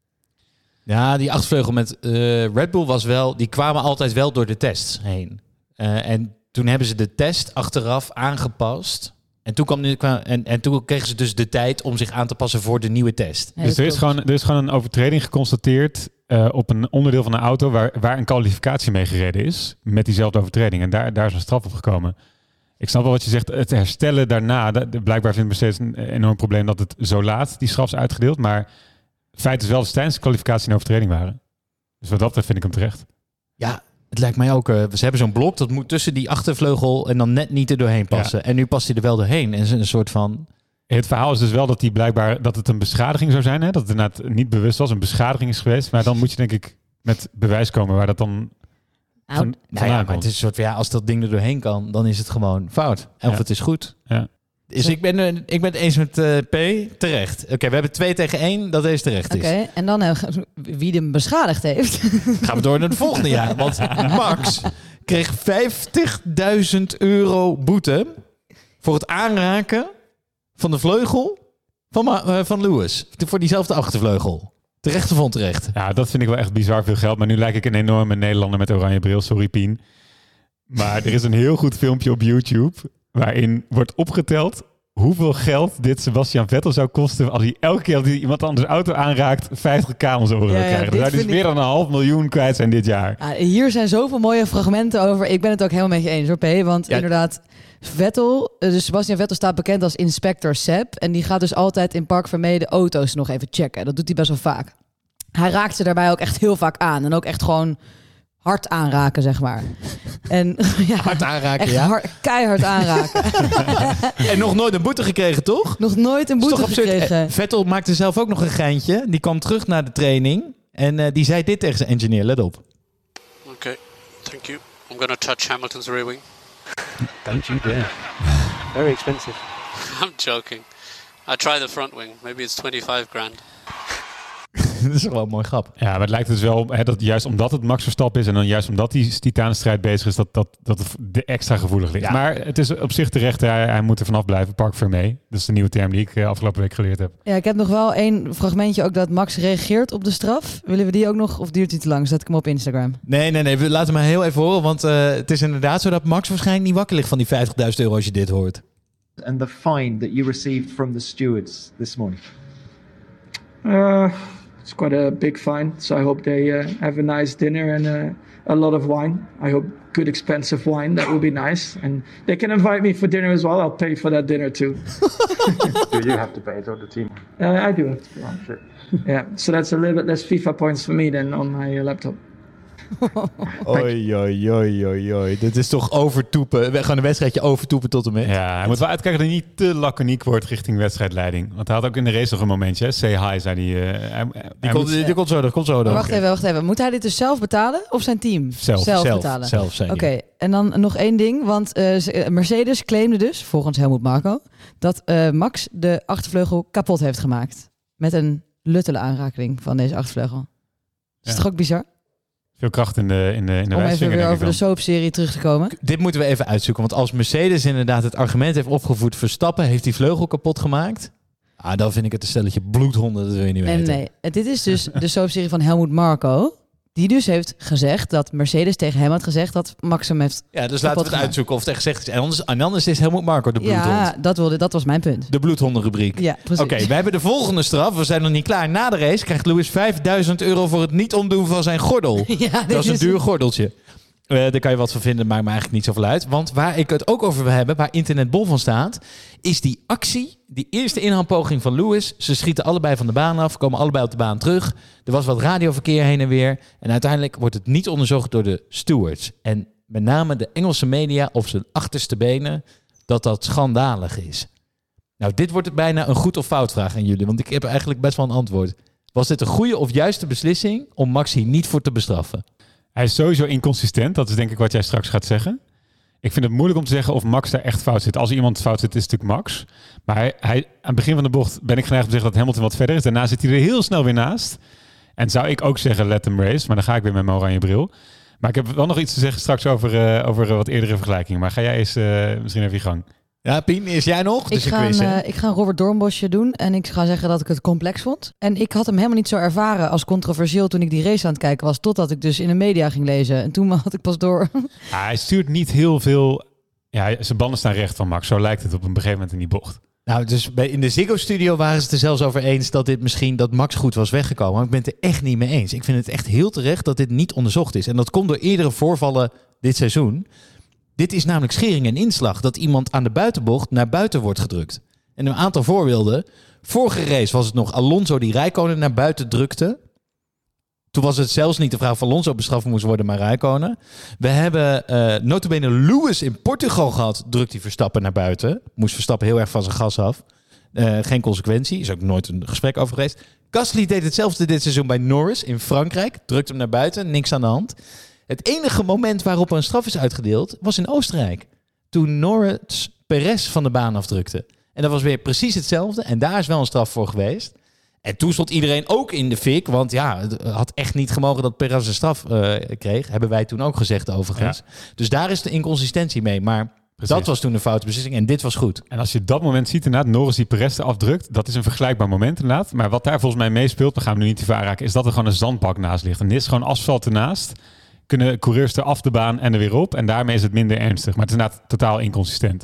[SPEAKER 1] Ja, die achtervleugel met uh, Red Bull was wel... Die kwamen altijd wel door de tests heen. Uh, en toen hebben ze de test achteraf aangepast. En toen, kwam, en, en toen kregen ze dus de tijd om zich aan te passen voor de nieuwe test.
[SPEAKER 5] Ja,
[SPEAKER 4] dus er is, gewoon, er is gewoon een overtreding geconstateerd uh, op een onderdeel van een auto waar, waar een kwalificatie mee gereden is. Met diezelfde overtreding. En daar, daar is een straf op gekomen. Ik snap wel wat je zegt. Het herstellen daarna. Dat, blijkbaar vindt Mercedes een enorm probleem dat het zo laat die straf is uitgedeeld. Maar feit is wel dat ze tijdens de kwalificatie een overtreding waren. Dus wat dat betreft vind ik hem terecht.
[SPEAKER 1] Ja, het lijkt mij ook. Uh, ze hebben zo'n blok dat moet tussen die achtervleugel en dan net niet er doorheen passen. Ja. En nu past hij er wel doorheen. En is een soort van...
[SPEAKER 4] Het verhaal is dus wel dat hij blijkbaar dat het een beschadiging zou zijn. Hè? Dat het inderdaad niet bewust was, een beschadiging is geweest. Maar dan moet je denk ik met bewijs komen waar dat dan...
[SPEAKER 5] Nou,
[SPEAKER 1] Van, nou ja, maar het is een soort van, ja, als dat ding er doorheen kan, dan is het gewoon fout. Of ja. het is goed.
[SPEAKER 4] Ja.
[SPEAKER 1] Dus ik ben, ik ben het eens met uh, P. Terecht. Oké, okay, we hebben twee tegen één, dat deze terecht is.
[SPEAKER 5] Oké, okay, en dan uh, wie hem beschadigd heeft.
[SPEAKER 1] Gaan we door naar het volgende jaar. Want Max kreeg vijftigduizend euro boete voor het aanraken van de vleugel van, uh, van Lewis. Voor diezelfde achtervleugel. Terecht of onterecht?
[SPEAKER 4] Ja, dat vind ik wel echt bizar veel geld. Maar nu lijk ik een enorme Nederlander met oranje bril. Sorry, Pien. Maar er is een heel goed filmpje op YouTube waarin wordt opgeteld hoeveel geld dit Sebastian Vettel zou kosten als hij elke keer dat hij iemand anders auto aanraakt vijftig k om zijn oren zou krijgen. Ja, dus dus meer dan een half miljoen kwijt zijn dit jaar.
[SPEAKER 5] Ja, hier zijn zoveel mooie fragmenten over. Ik ben het ook helemaal met je eens hoor, P. Want ja. inderdaad, Vettel, dus Sebastian Vettel staat bekend als Inspector Seb. En die gaat dus altijd in Park Vermee de auto's nog even checken. Dat doet hij best wel vaak. Hij raakt ze daarbij ook echt heel vaak aan. En ook echt gewoon hard aanraken, zeg maar. En, ja,
[SPEAKER 1] hard aanraken,
[SPEAKER 5] echt
[SPEAKER 1] ja?
[SPEAKER 5] Hard, keihard aanraken.
[SPEAKER 1] En nog nooit een boete gekregen, toch?
[SPEAKER 5] Nog nooit een boete gekregen.
[SPEAKER 1] Eh, Vettel maakte zelf ook nog een geintje. Die kwam terug naar de training. En uh, die zei dit tegen zijn engineer. Let op.
[SPEAKER 10] Oké, okay, thank you. I'm gonna touch Hamilton's rear wing.
[SPEAKER 11] Don't you dare. Very expensive.
[SPEAKER 10] I'm joking. I try the front wing. Maybe it's twenty-five grand.
[SPEAKER 1] Dat is wel een mooi grap.
[SPEAKER 4] Ja, maar het lijkt dus wel, hè, dat juist omdat het Max Verstappen is en dan juist omdat die titanenstrijd bezig is, dat, dat, dat het extra gevoelig ligt. Ja. Maar het is op zich terecht, hij, hij moet er vanaf blijven. Park Vermee. Dat is de nieuwe term die ik afgelopen week geleerd heb.
[SPEAKER 5] Ja, ik heb nog wel één fragmentje ook dat Max reageert op de straf. Willen we die ook nog, of duurt die te lang? Zet ik hem op Instagram.
[SPEAKER 1] Nee, nee, nee. We laten maar heel even horen, want uh, het is inderdaad zo dat Max waarschijnlijk niet wakker ligt van die vijftigduizend euro als je dit hoort.
[SPEAKER 12] And the fine that you received from the stewards this morning?
[SPEAKER 13] Uh... It's quite a big fine, so I hope they uh, have a nice dinner and uh, a lot of wine. I hope good expensive wine, that would be nice. And they can invite me for dinner as well. I'll pay for that dinner too.
[SPEAKER 12] Do you have to pay it or the team?
[SPEAKER 13] Uh, I do have to pay.
[SPEAKER 12] Oh, shit.
[SPEAKER 13] Yeah, so that's a little bit less FIFA points for me than on my uh, laptop.
[SPEAKER 1] Oei, oei, oei, oei, oei. Dit is toch overtoepen. We gaan een wedstrijdje overtoepen tot en met.
[SPEAKER 4] Ja, hij moet wel uitkijken dat hij niet te laconiek wordt richting wedstrijdleiding. Want hij had ook in de race nog een momentje. Hè? Say hi, zei hij. Uh, hij, hij
[SPEAKER 1] die, komt,
[SPEAKER 4] moet...
[SPEAKER 1] die, die komt zo, dat komt zo.
[SPEAKER 5] Maar wacht even, wacht even. Moet hij dit dus zelf betalen of zijn team?
[SPEAKER 4] Zelf.
[SPEAKER 5] Zelf,
[SPEAKER 1] zelf
[SPEAKER 5] betalen.
[SPEAKER 1] Zelf, zeker.
[SPEAKER 5] Oké, okay. En dan nog één ding. Want uh, Mercedes claimde dus, volgens Helmut Marko, dat uh, Max de achtervleugel kapot heeft gemaakt. Met een luttele aanraking van deze achtervleugel. Is
[SPEAKER 4] ja.
[SPEAKER 5] toch ook bizar?
[SPEAKER 4] Veel kracht in de in de, in de
[SPEAKER 5] Om
[SPEAKER 4] wijsvinger,
[SPEAKER 5] even weer over de soapserie terug te komen.
[SPEAKER 1] Dit moeten we even uitzoeken. Want als Mercedes inderdaad het argument heeft opgevoerd... Verstappen heeft die vleugel kapot gemaakt... Ah, dan vind ik het een stelletje bloedhonden. Dat wil je niet weten.
[SPEAKER 5] Nee, nee. Dit is dus de soapserie van Helmut Marko... die dus heeft gezegd dat Mercedes tegen hem had gezegd... dat Max hem heeft
[SPEAKER 1] Ja, dus laten we het
[SPEAKER 5] gemaakt.
[SPEAKER 1] uitzoeken of het echt gezegd is. En anders, en anders is Helmut Marko de bloedhond.
[SPEAKER 5] Ja, dat, wilde, dat was mijn punt.
[SPEAKER 1] De bloedhondenrubriek.
[SPEAKER 5] Ja, precies.
[SPEAKER 1] Oké, okay, we hebben de volgende straf. We zijn nog niet klaar. Na de race krijgt Lewis vijfduizend euro voor het niet omdoen van zijn gordel.
[SPEAKER 5] Ja,
[SPEAKER 1] dat is een duur gordeltje. Uh, daar kan je wat van vinden, maakt me eigenlijk niet zoveel uit. Want waar ik het ook over wil hebben, waar Internet bol van staat... is die actie, die eerste inhaalpoging van Lewis. Ze schieten allebei van de baan af, komen allebei op de baan terug. Er was wat radioverkeer heen en weer. En uiteindelijk wordt het niet onderzocht door de stewards. En met name de Engelse media op zijn achterste benen... dat dat schandalig is. Nou, dit wordt bijna een goed of fout vraag aan jullie. Want ik heb eigenlijk best wel een antwoord. Was dit een goede of juiste beslissing om Max hier niet voor te bestraffen?
[SPEAKER 4] Hij is sowieso inconsistent. Dat is denk ik wat jij straks gaat zeggen. Ik vind het moeilijk om te zeggen of Max daar echt fout zit. Als er iemand fout zit, is het natuurlijk Max. Maar hij, hij, aan het begin van de bocht ben ik geneigd om te zeggen dat Hamilton wat verder is. Daarna zit hij er heel snel weer naast. En zou ik ook zeggen, let hem race. Maar dan ga ik weer met mijn oranje bril. Maar ik heb wel nog iets te zeggen straks over, uh, over wat eerdere vergelijkingen. Maar ga jij eens uh, misschien even je gang.
[SPEAKER 1] Ja, Pien, is jij nog? Dus
[SPEAKER 5] ik, ga
[SPEAKER 1] quiz,
[SPEAKER 5] een, uh, ik ga een Robert Doornbosje doen en ik ga zeggen dat ik het complex vond. En ik had hem helemaal niet zo ervaren als controversieel toen ik die race aan het kijken was, totdat ik dus in de media ging lezen. En toen had ik pas door.
[SPEAKER 4] Ja, hij stuurt niet heel veel... Ja, zijn banden staan recht van Max. Zo lijkt het op een gegeven moment in die bocht.
[SPEAKER 1] Nou, dus bij, in de Ziggo-studio waren ze het er zelfs over eens dat dit misschien dat Max goed was weggekomen. Maar ik ben het er echt niet mee eens. Ik vind het echt heel terecht dat dit niet onderzocht is. En dat komt door eerdere voorvallen dit seizoen. Dit is namelijk schering en inslag. Dat iemand aan de buitenbocht naar buiten wordt gedrukt. En een aantal voorbeelden. Vorige race was het nog Alonso die Räikkönen naar buiten drukte. Toen was het zelfs niet de vraag of Alonso bestraft moest worden, maar Räikkönen. We hebben uh, nota bene Lewis in Portugal gehad. Drukt die Verstappen naar buiten. Moest Verstappen heel erg van zijn gas af. Uh, geen consequentie. Is ook nooit een gesprek over geweest. Gasly deed hetzelfde dit seizoen bij Norris in Frankrijk. Drukt hem naar buiten. Niks aan de hand. Het enige moment waarop een straf is uitgedeeld was in Oostenrijk. Toen Norris Perez van de baan afdrukte. En dat was weer precies hetzelfde. En daar is wel een straf voor geweest. En toen stond iedereen ook in de fik. Want ja, het had echt niet gemogen dat Perez een straf uh, kreeg. Hebben wij toen ook gezegd overigens. Ja. Dus daar is de inconsistentie mee. Maar precies. Dat was toen een foute beslissing. En dit was goed.
[SPEAKER 4] En als je dat moment ziet inderdaad, Norris die Perez er afdrukt. Dat is een vergelijkbaar moment inderdaad. Maar wat daar volgens mij meespeelt, we gaan hem nu niet te ver aanraken, is dat er gewoon een zandbak naast ligt. En dit is gewoon asfalt ernaast. Kunnen coureurs er af de baan en er weer op. En daarmee is het minder ernstig. Maar het is inderdaad totaal inconsistent.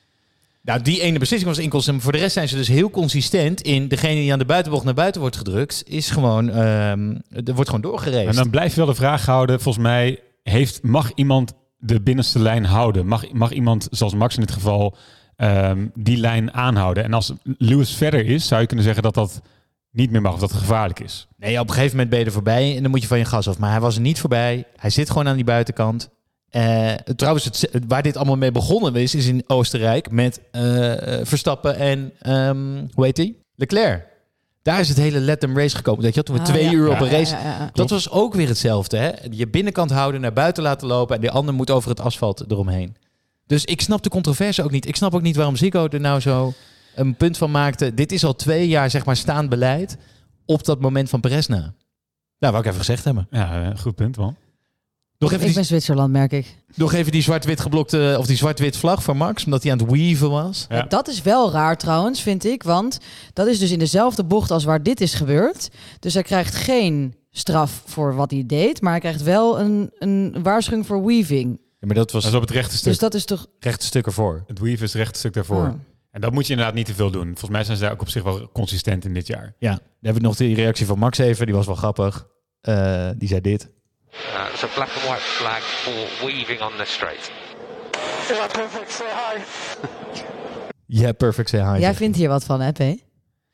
[SPEAKER 1] Nou, die ene beslissing was inconsistent. Maar voor de rest zijn ze dus heel consistent in degene die aan de buitenbocht naar buiten wordt gedrukt. Is gewoon, um, er wordt gewoon doorgereden.
[SPEAKER 4] En dan blijf je wel de vraag houden. Volgens mij heeft, mag iemand de binnenste lijn houden? Mag, mag iemand, zoals Max in dit geval, um, die lijn aanhouden? En als Lewis verder is, zou je kunnen zeggen dat dat niet meer mag of dat het gevaarlijk is.
[SPEAKER 1] Nee, op een gegeven moment ben je er voorbij en dan moet je van je gas af. Maar hij was er niet voorbij. Hij zit gewoon aan die buitenkant. Uh, trouwens, het, waar dit allemaal mee begonnen is, is in Oostenrijk met uh, Verstappen en, um, hoe heet die? Leclerc. Daar is het hele let them race gekomen. Dat je had toen we ah, twee ja. uur op een race. Ja, ja, ja. Dat was ook weer hetzelfde. Hè? Je binnenkant houden, naar buiten laten lopen en die ander moet over het asfalt eromheen. Dus ik snap de controverse ook niet. Ik snap ook niet waarom Ziggo er nou zo een punt van maakte. Dit is al twee jaar, zeg maar, staand beleid op dat moment van Perez na. Nou, wou ik even gezegd hebben.
[SPEAKER 4] Ja, goed punt, man.
[SPEAKER 1] Nog even
[SPEAKER 5] ik
[SPEAKER 1] die,
[SPEAKER 5] ben Zwitserland, merk ik.
[SPEAKER 1] Nog even die zwart-wit geblokte, of die zwart-wit vlag van Max, omdat hij aan het weaven was.
[SPEAKER 5] Ja. Ja, dat is wel raar trouwens, vind ik. Want dat is dus in dezelfde bocht als waar dit is gebeurd. Dus hij krijgt geen straf voor wat hij deed, maar hij krijgt wel een, een waarschuwing voor weaving.
[SPEAKER 1] Ja, maar dat was
[SPEAKER 4] dat is op het rechte stuk.
[SPEAKER 5] Dus dat is toch...
[SPEAKER 1] Rechte stuk ervoor.
[SPEAKER 4] Het weave is het rechte stuk daarvoor. Oh. En dat moet je inderdaad niet te veel doen. Volgens mij zijn ze daar ook op zich wel consistent in dit jaar.
[SPEAKER 1] Ja, dan hebben we nog die reactie van Max even. Die was wel grappig. Uh, die zei dit.
[SPEAKER 14] Uh, there's a black and white flag for weaving on the straight.
[SPEAKER 15] Yeah, perfect, say hi.
[SPEAKER 1] Ja, yeah, perfect, say hi.
[SPEAKER 5] Jij vindt hier wat van, hè, P?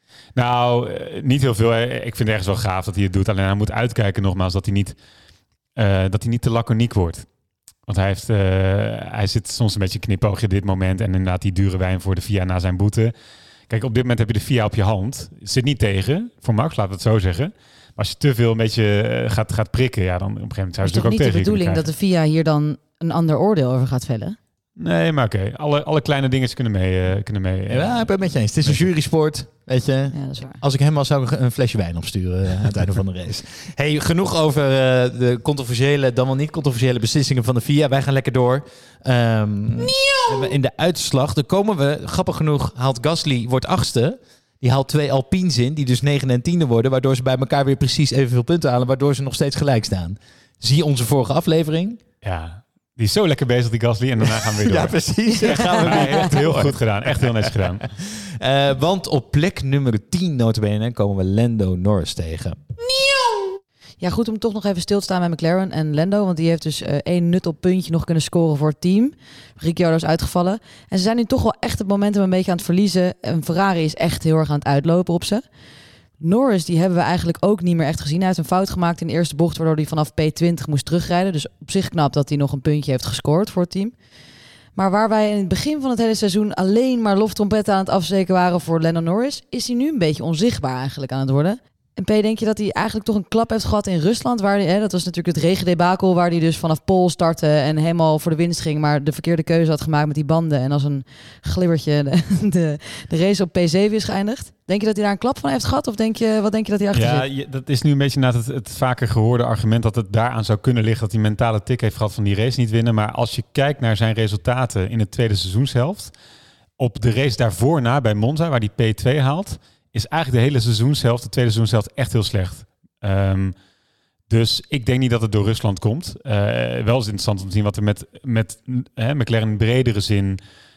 [SPEAKER 4] Nou, uh, niet heel veel. Ik vind het ergens wel gaaf dat hij het doet. Alleen hij moet uitkijken nogmaals dat hij niet uh, dat hij niet te laconiek wordt. Want hij, heeft, uh, hij zit soms een beetje knipoogje dit moment. En inderdaad die dure wijn voor de V I A na zijn boete. Kijk, op dit moment heb je de V I A op je hand. Het zit niet tegen, voor Max, laten we het zo zeggen. Maar als je te veel een beetje uh, gaat, gaat prikken, ja, dan op een gegeven moment zou je
[SPEAKER 5] het
[SPEAKER 4] natuurlijk ook tegen.
[SPEAKER 5] Het is toch niet de bedoeling dat de V I A hier dan een ander oordeel over gaat vellen?
[SPEAKER 4] Nee, maar oké. Okay. Alle, alle kleine dingen kunnen mee. Uh, kunnen mee uh,
[SPEAKER 1] ja, ik ben het met je eens. Het is een jurysport, weet je.
[SPEAKER 5] Ja, dat is waar. Als
[SPEAKER 1] ik hem was, zou ik een flesje wijn opsturen uh, aan het einde van de race. Hey, genoeg over uh, de controversiële, dan wel niet controversiële beslissingen van de V I A. Wij gaan lekker door. Um, in de uitslag, dan komen we, grappig genoeg, haalt Gasly, wordt achtste. Die haalt twee Alpines in, die dus negen en tiende worden, waardoor ze bij elkaar weer precies evenveel punten halen, waardoor ze nog steeds gelijk staan. Zie je onze vorige aflevering?
[SPEAKER 4] Ja. Die is zo lekker bezig, die Gasly. En daarna gaan we weer door.
[SPEAKER 1] Ja, precies. Ja, gaan we weer.
[SPEAKER 4] Echt heel goed gedaan. Echt heel netjes gedaan.
[SPEAKER 1] Uh, want op plek nummer tien, nota bene, komen we Lando Norris tegen.
[SPEAKER 5] Ja, goed om toch nog even stil te staan bij McLaren en Lando. Want die heeft dus uh, één nuttelpuntje nog kunnen scoren voor het team. Ricciardo is uitgevallen. En ze zijn nu toch wel echt het momentum een beetje aan het verliezen. En Ferrari is echt heel erg aan het uitlopen op ze. Norris, die hebben we eigenlijk ook niet meer echt gezien. Hij heeft een fout gemaakt in de eerste bocht, waardoor hij vanaf P twintig moest terugrijden. Dus op zich knap dat hij nog een puntje heeft gescoord voor het team. Maar waar wij in het begin van het hele seizoen alleen maar loftrompetten aan het afsteken waren voor Lando Norris, is hij nu een beetje onzichtbaar eigenlijk aan het worden. En P, denk je dat hij eigenlijk toch een klap heeft gehad in Rusland? Waar hij, hè, dat was natuurlijk het regendebakel, waar hij dus vanaf Pol startte en helemaal voor de winst ging, maar de verkeerde keuze had gemaakt met die banden en als een glibbertje de, de, de race op P zeven is geëindigd. Denk je dat hij daar een klap van heeft gehad? Of denk je, wat denk je dat hij achter
[SPEAKER 4] ja,
[SPEAKER 5] zit?
[SPEAKER 4] Ja, dat is nu een beetje na het, het vaker gehoorde argument dat het daaraan zou kunnen liggen dat hij mentale tik heeft gehad van die race niet winnen. Maar als je kijkt naar zijn resultaten in de tweede seizoenshelft, op de race daarvoor na bij Monza, waar hij P twee haalt, is eigenlijk de hele seizoenshelft, de tweede seizoenshelft, echt heel slecht. Um, dus ik denk niet dat het door Rusland komt. Uh, wel is interessant om te zien wat er met, met hè, McLaren in bredere zin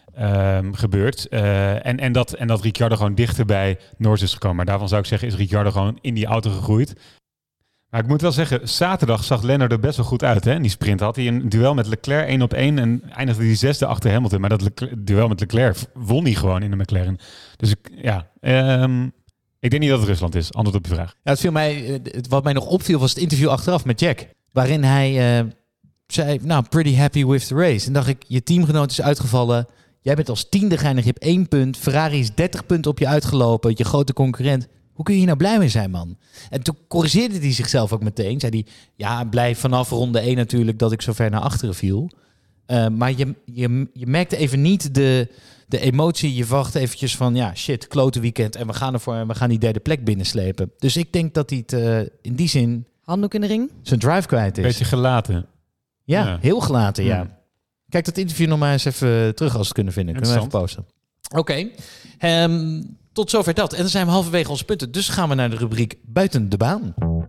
[SPEAKER 4] um, gebeurt. Uh, en, en, dat, en dat Ricciardo gewoon dichter bij Norris is gekomen. Maar daarvan zou ik zeggen, is Ricciardo gewoon in die auto gegroeid. Maar ik moet wel zeggen, zaterdag zag Lennart er best wel goed uit. Hè? In die sprint had hij een duel met Leclerc één op één en eindigde hij zesde achter Hamilton. Maar dat Leclerc, duel met Leclerc won hij gewoon in de McLaren. Dus ik, ja, um, ik denk niet dat het Rusland is. Antwoord op je vraag.
[SPEAKER 1] Ja, het viel mij, wat mij nog opviel was het interview achteraf met Jack. Waarin hij uh, zei, nou, pretty happy with the race. En dacht ik, je teamgenoot is uitgevallen. Jij bent als tiende geëindigd, je hebt één punt. Ferrari is dertig punten op je uitgelopen, je grote concurrent. Hoe kun je hier nou blij mee zijn, man? En toen corrigeerde hij zichzelf ook meteen. Zei hij, ja, blij vanaf ronde één natuurlijk dat ik zo ver naar achteren viel. Uh, maar je, je, je merkte even niet de, de emotie. Je wacht eventjes van, ja, shit, klote weekend. En we gaan ervoor en we gaan die derde plek binnenslepen. Dus ik denk dat hij het uh, in die zin...
[SPEAKER 5] Handdoek in de ring?
[SPEAKER 1] Zijn drive kwijt is.
[SPEAKER 4] Beetje gelaten.
[SPEAKER 1] Ja,
[SPEAKER 4] ja.
[SPEAKER 1] heel gelaten, ja.
[SPEAKER 4] Hmm.
[SPEAKER 1] Kijk dat interview nog maar eens even terug als we het kunnen vinden. Kunnen we even posten. Oké. Okay. Um, tot zover dat. En dan zijn we halverwege onze punten. Dus gaan we naar de rubriek Buiten de Baan.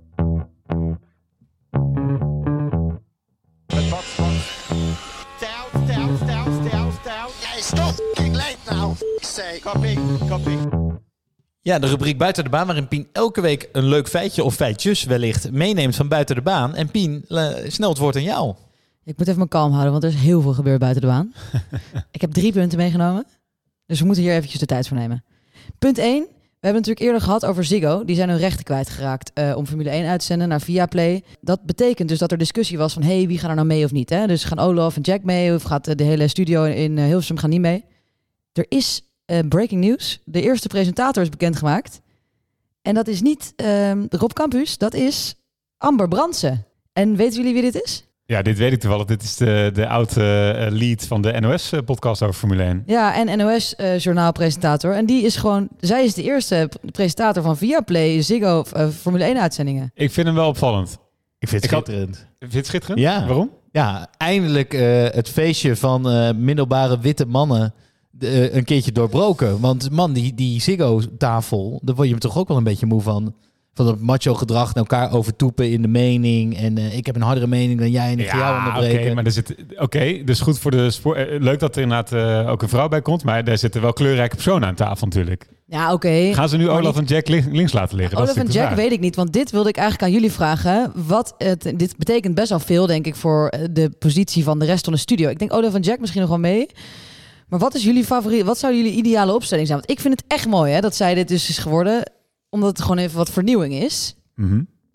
[SPEAKER 1] Ja, de rubriek Buiten de Baan, waarin Pien elke week een leuk feitje of feitjes wellicht meeneemt van buiten de baan. En Pien, uh, snel het woord aan jou.
[SPEAKER 5] Ik moet even mijn kalm houden, want er is heel veel gebeurd buiten de baan. Ik heb drie punten meegenomen. Dus we moeten hier eventjes de tijd voor nemen. Punt één. We hebben het natuurlijk eerder gehad over Ziggo. Die zijn hun rechten kwijtgeraakt uh, om Formule één uit te zenden naar Viaplay. Dat betekent dus dat er discussie was van, hé, hey, wie gaat er nou mee of niet? Hè? Dus gaan Olaf en Jack mee of gaat de hele studio in uh, Hilversum gaan niet mee? Er is uh, breaking news. De eerste presentator is bekendgemaakt. En dat is niet uh, Rob Campus, dat is Amber Brandsen. En weten jullie wie dit is?
[SPEAKER 4] Ja, dit weet ik toevallig. Dit is de, de oude uh, lead van de N O S-podcast over Formule één.
[SPEAKER 5] Ja, en N O S-journaalpresentator. Uh, en die is gewoon... Zij is de eerste presentator van Viaplay, Ziggo, uh, Formule één-uitzendingen.
[SPEAKER 4] Ik vind hem wel opvallend.
[SPEAKER 1] Ik vind het
[SPEAKER 4] ik
[SPEAKER 1] schitterend.
[SPEAKER 4] Had, vind je het schitterend?
[SPEAKER 1] Ja.
[SPEAKER 4] Waarom?
[SPEAKER 1] Ja, eindelijk uh, het feestje van uh, middelbare witte mannen uh, een keertje doorbroken. Want man, die, die Ziggo-tafel, daar word je me toch ook wel een beetje moe van. Van dat macho gedrag naar elkaar overtoepen in de mening. En uh, ik heb een hardere mening dan jij en ik ga jou onderbreken.
[SPEAKER 4] Oké, okay, maar er zit. Oké, okay, dus goed voor de sport. Uh, leuk dat er inderdaad uh, ook een vrouw bij komt. Maar daar zitten wel kleurrijke personen aan tafel natuurlijk.
[SPEAKER 5] Ja, oké. Okay.
[SPEAKER 4] Gaan ze nu Olaf niet... en Jack links laten liggen?
[SPEAKER 5] Olaf en Jack weet ik niet. Want dit wilde ik eigenlijk aan jullie vragen. Wat het, dit betekent best wel veel, denk ik, voor de positie van de rest van de studio. Ik denk Olaf en Jack misschien nog wel mee. Maar wat is jullie favoriet? Wat zou jullie ideale opstelling zijn? Want ik vind het echt mooi hè, dat zij dit dus is geworden. Omdat het gewoon even wat vernieuwing is.
[SPEAKER 4] Mm-hmm.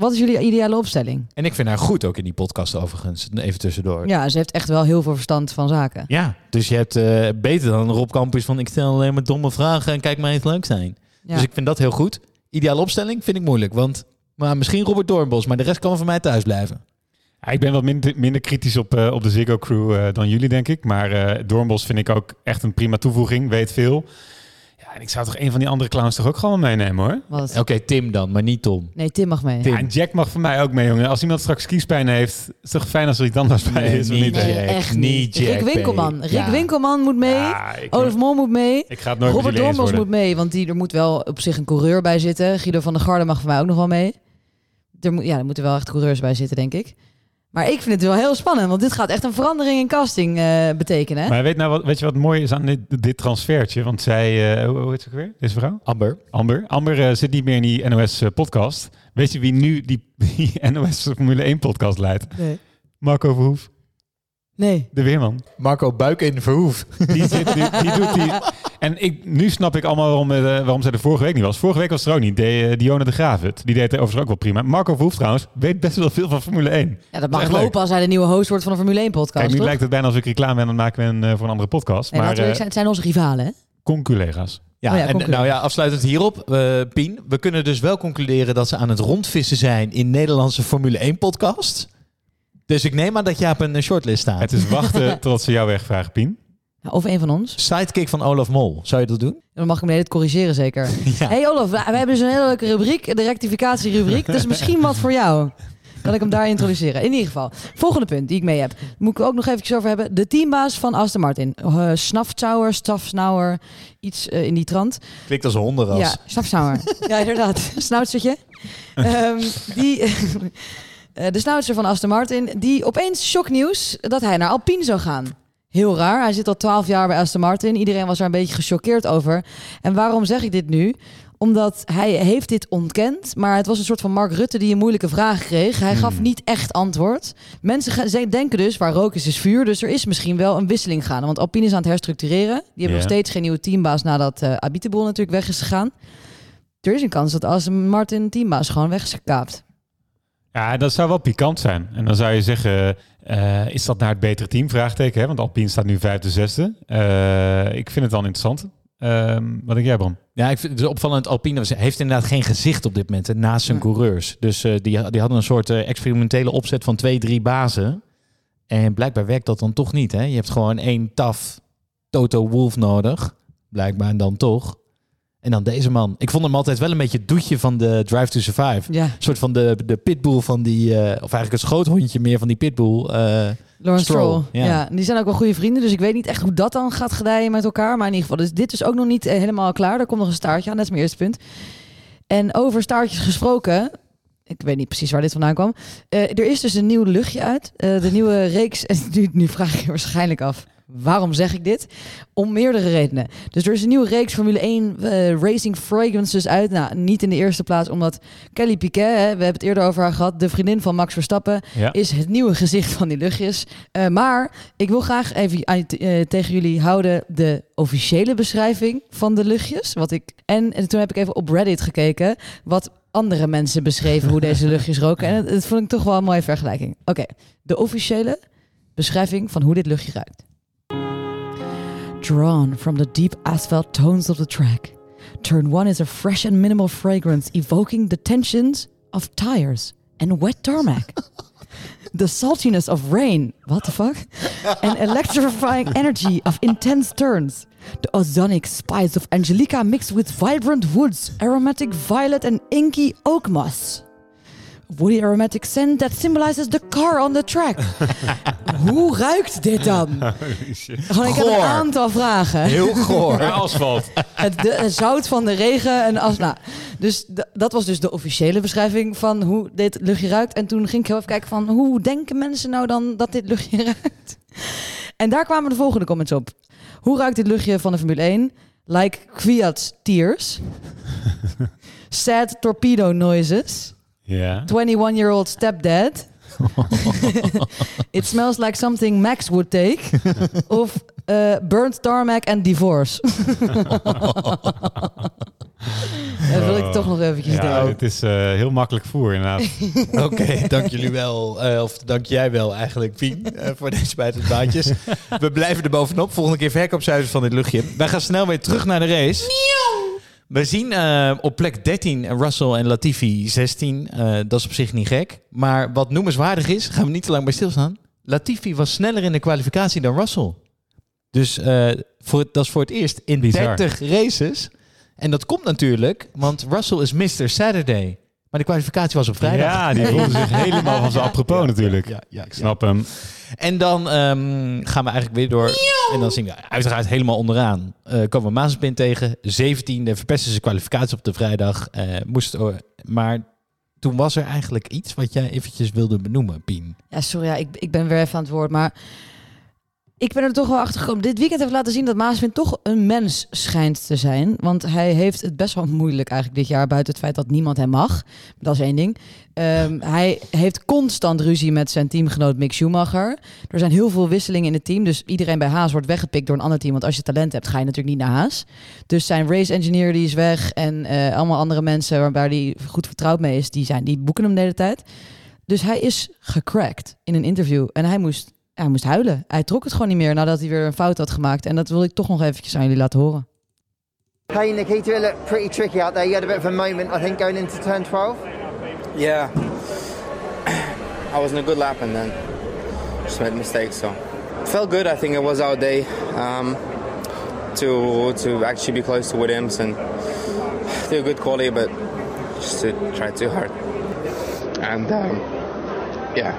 [SPEAKER 5] Wat is jullie ideale opstelling?
[SPEAKER 1] En ik vind haar goed ook in die podcast overigens. Even tussendoor.
[SPEAKER 5] Ja, ze heeft echt wel heel veel verstand van zaken.
[SPEAKER 1] Ja, dus je hebt uh, beter dan Rob Campus van ik stel alleen maar domme vragen en kijk mij eens leuk zijn. Ja. Dus ik vind dat heel goed. Ideale opstelling vind ik moeilijk, want maar misschien Robert Doornbos, maar de rest kan van mij thuis blijven.
[SPEAKER 4] Ja, ik ben wat minder, minder kritisch op, uh, op de Ziggo Crew uh, dan jullie, denk ik. Maar uh, Doornbos vind ik ook echt een prima toevoeging, weet veel. Ja, en ik zou toch een van die andere clowns toch ook gewoon meenemen, hoor.
[SPEAKER 1] Oké, okay, Tim dan, maar niet Tom.
[SPEAKER 5] Nee, Tim mag mee.
[SPEAKER 4] Tim. Ja, en Jack mag voor mij ook mee, jongen. Als iemand straks kiespijn heeft, is het toch fijn als er iets anders bij
[SPEAKER 1] nee,
[SPEAKER 4] is?
[SPEAKER 1] Niet,
[SPEAKER 4] niet,
[SPEAKER 1] nee, echt niet. Jack
[SPEAKER 5] Rick Winkelman. Rick
[SPEAKER 1] ja.
[SPEAKER 5] Winkelman moet mee. Ja, Olaf Mol moet mee.
[SPEAKER 4] Ik ga het nooit
[SPEAKER 5] Robert Doornbos moet mee, want die, er moet wel op zich een coureur bij zitten. Guido van der Garde mag voor mij ook nog wel mee. Er, moet, ja, er moeten wel echt coureurs bij zitten, denk ik. Maar ik vind het wel heel spannend, want dit gaat echt een verandering in casting uh, betekenen.
[SPEAKER 4] Maar weet, nou wat, weet je wat mooi is aan dit, dit transfertje? Want zij, uh, hoe, hoe heet ze ook weer, deze vrouw?
[SPEAKER 1] Amber.
[SPEAKER 4] Amber, Amber uh, zit niet meer in die N O S-podcast. Uh, weet je wie nu die, die N O S Formule één-podcast leidt?
[SPEAKER 5] Nee.
[SPEAKER 4] Marco Verhoef.
[SPEAKER 5] Nee.
[SPEAKER 4] De weerman.
[SPEAKER 1] Marco Buik in Verhoef.
[SPEAKER 4] Die, zit, die, die doet die... En ik, nu snap ik allemaal waarom, uh, waarom zij er vorige week niet was. Vorige week was er ook niet. De, uh, Dionne de Graaf het. Die deed er overigens ook wel prima. Marco Verhoef trouwens weet best wel veel van Formule één.
[SPEAKER 5] Ja, dat mag lopen als hij de nieuwe host wordt van een Formule één-podcast.
[SPEAKER 4] Kijk, nu
[SPEAKER 5] toch?
[SPEAKER 4] lijkt het bijna als ik reclame ben, dan maken we een, uh, voor een andere podcast.
[SPEAKER 5] Nee,
[SPEAKER 4] maar
[SPEAKER 5] uh, zijn, het zijn onze rivalen, hè?
[SPEAKER 4] Conculega's.
[SPEAKER 1] Ja,
[SPEAKER 5] oh ja,
[SPEAKER 1] en nou ja, afsluitend hierop, uh, Pien. We kunnen dus wel concluderen dat ze aan het rondvissen zijn in Nederlandse Formule één-podcast. Dus ik neem aan dat jij op een shortlist staat.
[SPEAKER 4] Het is wachten totdat ze jou wegvragen, Pien.
[SPEAKER 5] Of een van ons.
[SPEAKER 1] Sidekick van Olaf Mol. Zou je dat doen?
[SPEAKER 5] Dan mag ik hem net corrigeren, zeker. Ja. Hey Olaf, we hebben dus een hele leuke rubriek. De rectificatierubriek. Dat is misschien wat voor jou. Kan ik hem daar introduceren? In ieder geval. Volgende punt die ik mee heb. Moet ik ook nog eventjes over hebben. De teambaas van Aston Martin. Uh, Snafzauer, Stafsnauer. Iets uh, in die trant.
[SPEAKER 1] Klinkt als een hondenras.
[SPEAKER 5] Ja, Snafzauer. Ja, inderdaad. Snautzertje. Um, die... Uh, de snoutser van Aston Martin, die opeens shocknieuws dat hij naar Alpine zou gaan. Heel raar. Hij zit al twaalf jaar bij Aston Martin. Iedereen was er een beetje gechoqueerd over. En waarom zeg ik dit nu? Omdat hij heeft dit ontkend, maar het was een soort van Mark Rutte die een moeilijke vraag kreeg. Hij gaf hmm. niet echt antwoord. Mensen gaan, denken dus, waar rook is, is vuur. Dus er is misschien wel een wisseling gaande. Want Alpine is aan het herstructureren. Die hebben yeah. nog steeds geen nieuwe teambaas nadat uh, Abiteboul natuurlijk weg is gegaan. Er is een kans dat Aston Martin teambaas gewoon weg is gekaapt.
[SPEAKER 4] Ja, dat zou wel pikant zijn. En dan zou je zeggen, uh, is dat naar het betere team? Vraagteken, hè? Want Alpine staat nu vijfde, zesde. Uh, ik vind het dan interessant. Uh, wat denk jij, Bram?
[SPEAKER 1] Ja, ik vind het opvallend. Alpine heeft inderdaad geen gezicht op dit moment hè, naast zijn ja. coureurs. Dus uh, die, die hadden een soort uh, experimentele opzet van twee, drie bazen. En blijkbaar werkt dat dan toch niet. Hè? Je hebt gewoon één taf Toto Wolff nodig. Blijkbaar en dan toch. En dan deze man. Ik vond hem altijd wel een beetje het doetje van de Drive to Survive. Ja. Een soort van de, de pitbull van die... Uh, of eigenlijk het schoothondje meer van die pitbull. Uh,
[SPEAKER 5] Lawrence Stroll. Stroll. Ja. ja, die zijn ook wel goede vrienden. Dus ik weet niet echt hoe dat dan gaat gedijen met elkaar. Maar in ieder geval, dus dit is ook nog niet uh, helemaal klaar. Er komt nog een staartje aan. Dat is mijn eerste punt. En over staartjes gesproken... Ik weet niet precies waar dit vandaan kwam. Uh, er is dus een nieuw luchtje uit. Uh, de nieuwe reeks... En nu, nu vraag ik je waarschijnlijk af... Waarom zeg ik dit? Om meerdere redenen. Dus er is een nieuwe reeks Formule één uh, Racing Fragrances uit. Nou, niet in de eerste plaats, omdat Kelly Piquet, hè, we hebben het eerder over haar gehad, de vriendin van Max Verstappen, ja. is het nieuwe gezicht van die luchtjes. Uh, maar ik wil graag even uh, tegen jullie houden de officiële beschrijving van de luchtjes. Wat ik, en, en toen heb ik even op Reddit gekeken, wat andere mensen beschreven hoe deze luchtjes roken. En dat vond ik toch wel een mooie vergelijking. Oké, okay, de officiële beschrijving van hoe dit luchtje ruikt. Drawn from the deep asphalt tones of the track. Turn one is a fresh and minimal fragrance evoking the tensions of tires and wet tarmac. The saltiness of rain, what the fuck? And electrifying energy of intense turns. The ozonic spice of Angelica mixed with vibrant woods, aromatic violet and inky oak moss. Woody aromatic scent that symbolizes the car on the track. Hoe ruikt dit dan? Gewoon, ik heb een aantal vragen.
[SPEAKER 1] Heel goor.
[SPEAKER 4] Asfalt.
[SPEAKER 5] Het, de, het zout van de regen en as. Nou, dus d- dat was dus de officiële beschrijving van hoe dit luchtje ruikt. En toen ging ik heel even kijken van hoe denken mensen nou dan dat dit luchtje ruikt? En daar kwamen de volgende comments op. Hoe ruikt dit luchtje van de Formule één? Like Kvyat's tears. Sad torpedo noises.
[SPEAKER 4] Yeah.
[SPEAKER 5] twenty-one-year-old stepdad. It smells like something Max would take. Of uh, burnt tarmac and divorce. Dat wil ik toch toch nog eventjes
[SPEAKER 4] Ja,
[SPEAKER 5] delen.
[SPEAKER 4] het is uh, heel makkelijk voer inderdaad.
[SPEAKER 1] Oké, okay, dank jullie wel. Uh, of dank jij wel eigenlijk, Pien, uh, voor deze buitenbaantjes. We blijven er bovenop. Volgende keer verkoopcijfers van dit luchtje. Wij gaan snel weer terug naar de race. We zien uh, op plek dertien Russell en Latifi zestien. Uh, dat is op zich niet gek. Maar wat noemenswaardig is, gaan we niet te lang bij stilstaan. Latifi was sneller in de kwalificatie dan Russell. Dus uh, voor, dat is voor het eerst in
[SPEAKER 4] Bizar.
[SPEAKER 1] dertig races. En dat komt natuurlijk, want Russell is mister Saturday. Maar de kwalificatie was op vrijdag.
[SPEAKER 4] Ja, die voelde zich helemaal van zijn apropos
[SPEAKER 1] ja,
[SPEAKER 4] natuurlijk.
[SPEAKER 1] Ja, ja, ja,
[SPEAKER 4] Ik snap ja. hem.
[SPEAKER 1] En dan um, gaan we eigenlijk weer door. En dan zien we uiteraard helemaal onderaan. Uh, komen we Mazepin tegen. zeventiende verpesten ze kwalificatie op de vrijdag. Uh, moest, uh, maar toen was er eigenlijk iets wat jij eventjes wilde benoemen, Pien.
[SPEAKER 5] Ja, sorry, ja, ik, ik ben weer even aan het woord, maar ik ben er toch wel achter gekomen. Dit weekend heeft laten zien dat Mazepin toch een mens schijnt te zijn. Want hij heeft het best wel moeilijk eigenlijk dit jaar, buiten het feit dat niemand hem mag. Dat is één ding. Um, hij heeft constant ruzie met zijn teamgenoot Mick Schumacher. Er zijn heel veel wisselingen in het team. Dus iedereen bij Haas wordt weggepikt door een ander team. Want als je talent hebt, ga je natuurlijk niet naar Haas. Dus zijn race engineer die is weg. En uh, allemaal andere mensen waarbij hij goed vertrouwd mee is, die, zijn, die boeken hem de hele tijd. Dus hij is gecrackt in een interview. En hij moest... Ja, hij moest huilen. Hij trok het gewoon niet meer nadat hij weer een fout had gemaakt. En dat wil ik toch nog eventjes aan jullie laten horen.
[SPEAKER 16] Hey Nikita, it looked pretty tricky out there. You had a bit of a moment, I think, going into turn twelve.
[SPEAKER 17] Yeah. I was in a good lap and then just made mistakes. So it felt good. I think it was our day um, to to actually be close to Williams and do a good quality, but just to try too hard. And um, yeah.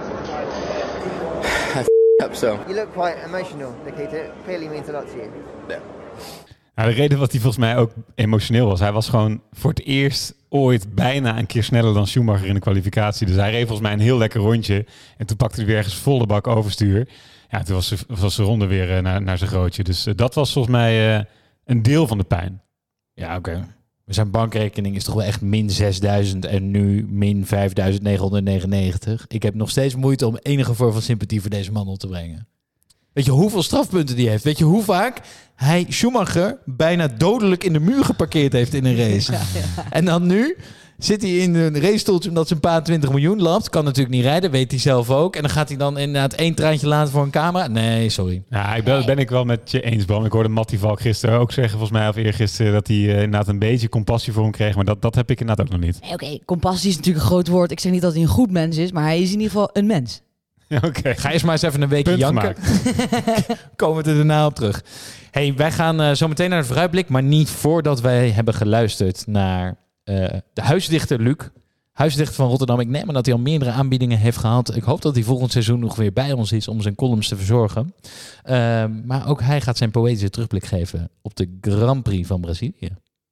[SPEAKER 17] Up, so.
[SPEAKER 16] You look quite emotional, Nikita. It clearly means a lot to you.
[SPEAKER 17] Yeah.
[SPEAKER 4] Nou, de reden wat hij volgens mij ook emotioneel was, hij was gewoon voor het eerst ooit bijna een keer sneller dan Schumacher in de kwalificatie. Dus hij reed volgens mij een heel lekker rondje. En toen pakte hij weer ergens volle bak overstuur. Ja, toen was de, was de ronde weer uh, naar, naar zijn grootje. Dus uh, dat was volgens mij uh, een deel van de pijn.
[SPEAKER 1] Ja, oké. Okay. Zijn bankrekening is toch wel echt min zesduizend en nu min vijfduizend negenhonderdnegenennegentig. Ik heb nog steeds moeite om enige vorm van sympathie voor deze man op te brengen. Weet je hoeveel strafpunten die heeft? Weet je hoe vaak hij Schumacher bijna dodelijk in de muur geparkeerd heeft in een race? Ja, ja. En dan nu zit hij in een racestoeltje omdat zijn pa twintig miljoen lapt. Kan natuurlijk niet rijden, weet hij zelf ook. En dan gaat hij dan inderdaad één traantje laten voor een camera. Nee, sorry.
[SPEAKER 4] Ja, ik ben, ben ik wel met je eens, Bram. Ik hoorde Mattie Valk gisteren ook zeggen, volgens mij, of eergisteren, dat hij uh, inderdaad een beetje compassie voor hem kreeg. Maar dat, dat heb ik inderdaad ook nog niet.
[SPEAKER 5] Nee, Oké, okay. Compassie is natuurlijk een groot woord. Ik zeg niet dat hij een goed mens is, maar hij is in ieder geval een mens.
[SPEAKER 4] Oké. Okay.
[SPEAKER 1] Ga eens maar eens even een weekje janken. Komen we er daarna op terug. Hey, wij gaan uh, zo meteen naar de vooruitblik, maar niet voordat wij hebben geluisterd naar uh, de huisdichter Luc. Huisdichter van Rotterdam. Ik neem aan dat hij al meerdere aanbiedingen heeft gehad. Ik hoop dat hij volgend seizoen nog weer bij ons is om zijn columns te verzorgen. Uh, maar ook hij gaat zijn poëtische terugblik geven op de Grand Prix van Brazilië.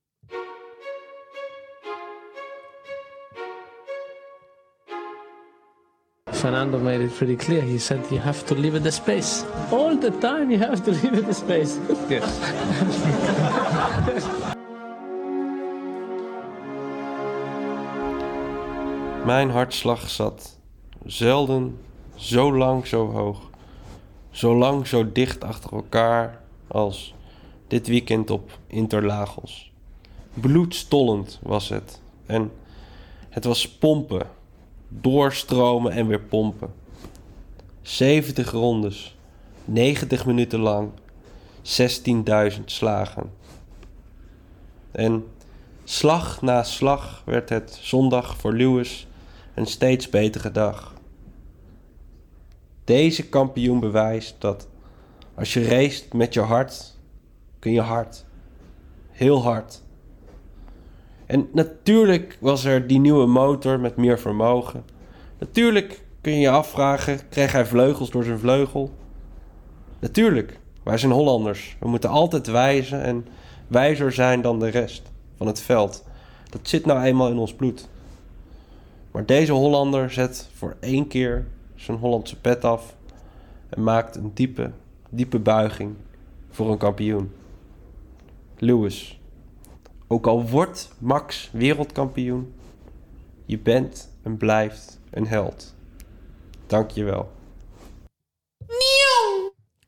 [SPEAKER 18] Fernando made it pretty clear. He said you have to leave it the space. All the time you have to leave it the space. Yes.
[SPEAKER 19] Mijn hartslag zat zelden zo lang zo hoog. Zo lang zo dicht achter elkaar als dit weekend op Interlagos. Bloedstollend was het. En het was pompen. Doorstromen en weer pompen. zeventig rondes, negentig minuten lang, zestienduizend slagen. En slag na slag werd het zondag voor Lewis een steeds betere dag. Deze kampioen bewijst dat als je racet met je hart, kun je hard. Heel hard. En natuurlijk was er die nieuwe motor met meer vermogen. Natuurlijk kun je je afvragen, kreeg hij vleugels door zijn vleugel? Natuurlijk, wij zijn Hollanders. We moeten altijd wijzen en wijzer zijn dan de rest van het veld. Dat zit nou eenmaal in ons bloed. Maar deze Hollander zet voor één keer zijn Hollandse pet af en maakt een diepe, diepe buiging voor een kampioen. Lewis. Ook al wordt Max wereldkampioen, je bent en blijft een held. Dank je wel.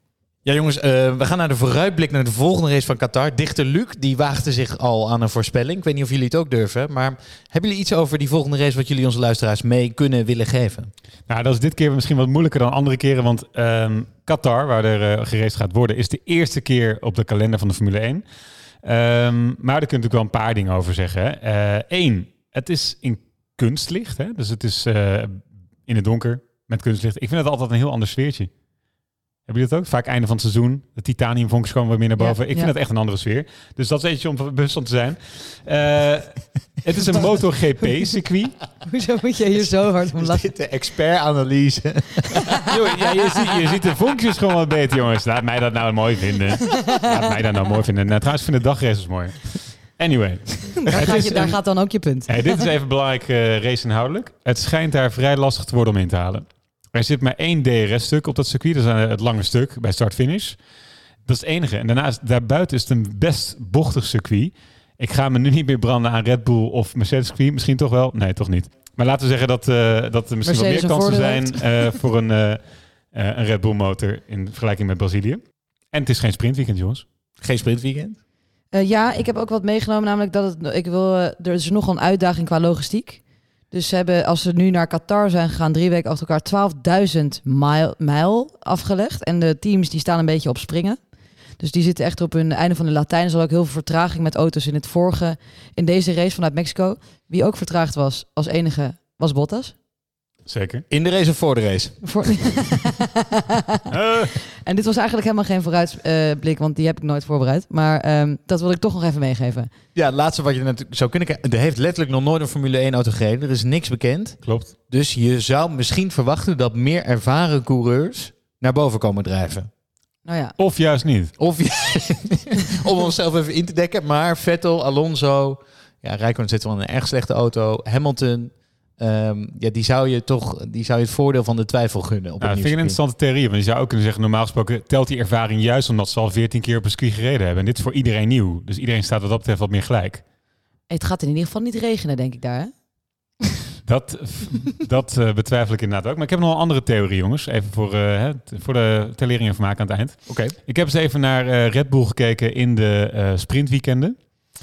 [SPEAKER 1] Ja jongens, uh, we gaan naar de vooruitblik naar de volgende race van Qatar. Dichter Luc, die waagde zich al aan een voorspelling. Ik weet niet of jullie het ook durven. Maar hebben jullie iets over die volgende race wat jullie onze luisteraars mee kunnen willen geven? Nou, dat is dit keer misschien wat moeilijker dan andere keren. Want um, Qatar, waar er uh, geraced gaat worden, is de eerste keer op de kalender van de Formule één. Um, maar daar kun je natuurlijk wel een paar dingen over zeggen. Eén, uh, het is in kunstlicht. Hè? Dus het is uh, in het donker met kunstlicht. Ik vind het altijd een heel ander sfeertje. Hebben jullie dat ook? Vaak einde van het seizoen. De titaniumvonkjes komen wat meer naar boven. Ja, ik vind het ja. echt een andere sfeer. Dus dat is eentje om bewust van te zijn. Uh, het is een MotoGP-circuit.
[SPEAKER 5] Hoezo moet je hier zo hard om lachen?
[SPEAKER 1] Dit de expert-analyse.
[SPEAKER 4] Yo, ja, je, ziet, je ziet de vonkjes gewoon wat beter, jongens. Laat mij dat nou mooi vinden. Laat mij dat nou mooi vinden. Nou, trouwens, ik vind de dagraces mooi. Anyway.
[SPEAKER 5] Daar, gaat, je, daar een, gaat dan ook je punt.
[SPEAKER 4] Hey, dit is even belangrijk uh, race inhoudelijk. Het schijnt daar vrij lastig te worden om in te halen. Er zit maar één D R S-stuk op dat circuit. Dat is het lange stuk bij start-finish. Dat is het enige. En daarnaast, daarbuiten is het een best bochtig circuit. Ik ga me nu niet meer branden aan Red Bull of Mercedes circuit. Misschien toch wel? Nee, toch niet. Maar laten we zeggen dat, uh, dat er misschien Mercedes wat meer kansen zijn uh, voor een, uh, uh, een Red Bull motor in vergelijking met Brazilië. En het is geen sprintweekend, jongens.
[SPEAKER 1] Geen sprintweekend?
[SPEAKER 5] Uh, ja, ik heb ook wat meegenomen. Namelijk dat het, ik wil, uh, er is nogal een uitdaging qua logistiek. Dus ze hebben, als ze nu naar Qatar zijn gegaan, drie weken achter elkaar twaalfduizend mijl, mijl afgelegd. En de teams die staan een beetje op springen. Dus die zitten echt op hun einde van de Latijn. Er is ook heel veel vertraging met auto's in het vorige, in deze race vanuit Mexico. Wie ook vertraagd was als enige was Bottas.
[SPEAKER 4] Zeker.
[SPEAKER 1] In de race of voor de race?
[SPEAKER 5] Voor... uh. En dit was eigenlijk helemaal geen vooruitblik, uh, want die heb ik nooit voorbereid. Maar um, dat wil ik toch nog even meegeven.
[SPEAKER 1] Ja, het laatste wat je natuurlijk zou kunnen kijken. Er heeft letterlijk nog nooit een Formule één auto gereden. Er is niks bekend.
[SPEAKER 4] Klopt.
[SPEAKER 1] Dus je zou misschien verwachten dat meer ervaren coureurs naar boven komen drijven.
[SPEAKER 5] Nou ja.
[SPEAKER 4] Of juist niet.
[SPEAKER 1] Of om onszelf even in te dekken. Maar Vettel, Alonso, ja, Räikkönen zit wel in een erg slechte auto. Hamilton... Um, ja, die zou je toch die zou je het voordeel van de twijfel gunnen. Op
[SPEAKER 4] nou, dat vind ik een interessante theorie. Want je zou ook kunnen zeggen, normaal gesproken telt die ervaring juist omdat ze al veertien keer op een circuit gereden hebben. En dit is voor iedereen nieuw. Dus iedereen staat wat dat betreft wat meer gelijk.
[SPEAKER 5] Het gaat in ieder geval niet regenen, denk ik daar, hè?
[SPEAKER 4] Dat, dat uh, betwijfel ik inderdaad ook. Maar ik heb nog een andere theorie, jongens. Even voor, uh, voor de ter lering en vermaak aan het eind.
[SPEAKER 1] Oké. Okay.
[SPEAKER 4] Ik heb eens even naar uh, Red Bull gekeken in de uh, sprintweekenden.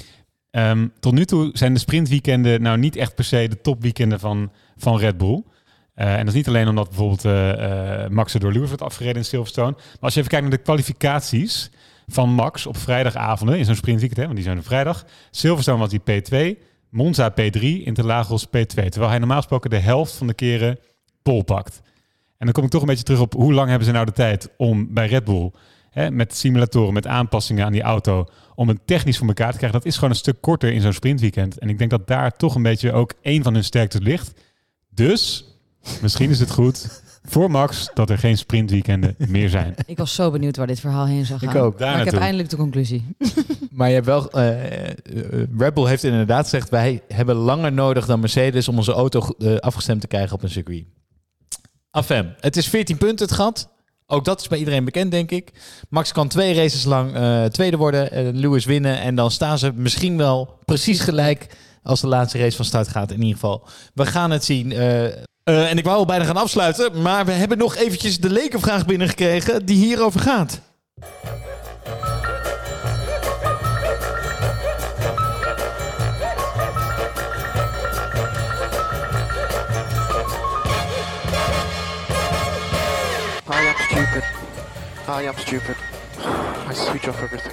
[SPEAKER 4] Um, tot nu toe zijn de sprintweekenden nou niet echt per se de topweekenden van, van Red Bull. Uh, en dat is niet alleen omdat bijvoorbeeld uh, uh, Max er door Lewis wordt afgereden in Silverstone. Maar als je even kijkt naar de kwalificaties van Max op vrijdagavonden in zo'n sprintweekend, hè, want die zijn op vrijdag. Silverstone was die P twee, Monza P drie, Interlagos P twee. Terwijl hij normaal gesproken de helft van de keren pole pakt. En dan kom ik toch een beetje terug op hoe lang hebben ze nou de tijd om bij Red Bull... Hè, met simulatoren, met aanpassingen aan die auto, om het technisch voor elkaar te krijgen. Dat is gewoon een stuk korter in zo'n sprintweekend. En ik denk dat daar toch een beetje ook één van hun sterktes ligt. Dus misschien is het goed voor Max dat er geen sprintweekenden meer zijn.
[SPEAKER 5] Ik was zo benieuwd waar dit verhaal heen zou gaan.
[SPEAKER 1] Ik ook.
[SPEAKER 5] Daar maar naartoe. Ik heb eindelijk de conclusie.
[SPEAKER 1] Maar je hebt wel, uh, uh, Red Bull heeft inderdaad gezegd, wij hebben langer nodig dan Mercedes om onze auto uh, afgestemd te krijgen op een circuit. Afem, het is veertien punten het gat. Ook dat is bij iedereen bekend, denk ik. Max kan twee races lang uh, tweede worden, uh, Lewis winnen. En dan staan ze misschien wel precies gelijk als de laatste race van start gaat. In ieder geval, we gaan het zien. Uh, uh, en ik wou al bijna gaan afsluiten, maar we hebben nog eventjes de lekenvraag binnengekregen die hierover gaat.
[SPEAKER 11] I am stupid. I am stupid. I switch off everything.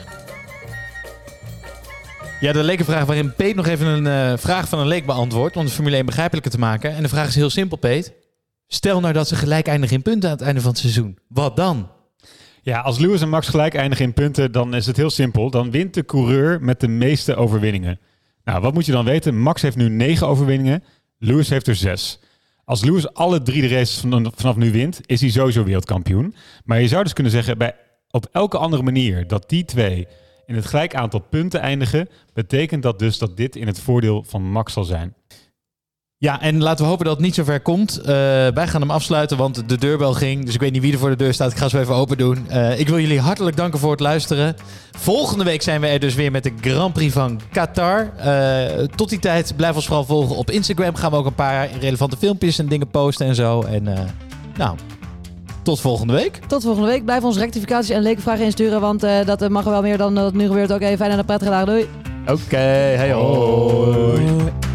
[SPEAKER 1] Ja, de lekenvraag waarin Peet nog even een uh, vraag van een leek beantwoordt om de Formule één begrijpelijker te maken. En de vraag is heel simpel, Peet. Stel nou dat ze gelijk eindigen in punten aan het einde van het seizoen. Wat dan?
[SPEAKER 4] Ja, als Lewis en Max gelijk eindigen in punten, dan is het heel simpel. Dan wint de coureur met de meeste overwinningen. Nou, wat moet je dan weten? Max heeft nu negen overwinningen. Lewis heeft er zes. Als Lewis alle drie de races vanaf nu wint, is hij sowieso wereldkampioen. Maar je zou dus kunnen zeggen, bij, op elke andere manier dat die twee in het gelijk aantal punten eindigen, betekent dat dus dat dit in het voordeel van Max zal zijn.
[SPEAKER 1] Ja, en laten we hopen dat het niet zo ver komt. Uh, wij gaan hem afsluiten, want de deurbel ging. Dus ik weet niet wie er voor de deur staat. Ik ga zo even open doen. Uh, ik wil jullie hartelijk danken voor het luisteren. Volgende week zijn we er dus weer met de Grand Prix van Qatar. Uh, tot die tijd, blijf ons vooral volgen op Instagram. Gaan we ook een paar relevante filmpjes en dingen posten en zo. En uh, nou, tot volgende week.
[SPEAKER 5] Tot volgende week. Blijf ons rectificaties en lekenvragen insturen, want uh, dat mag er wel meer dan dat het nu gebeurt. Oké, okay, fijne en prettige dagen. Doei.
[SPEAKER 1] Oké, okay, hey hoi.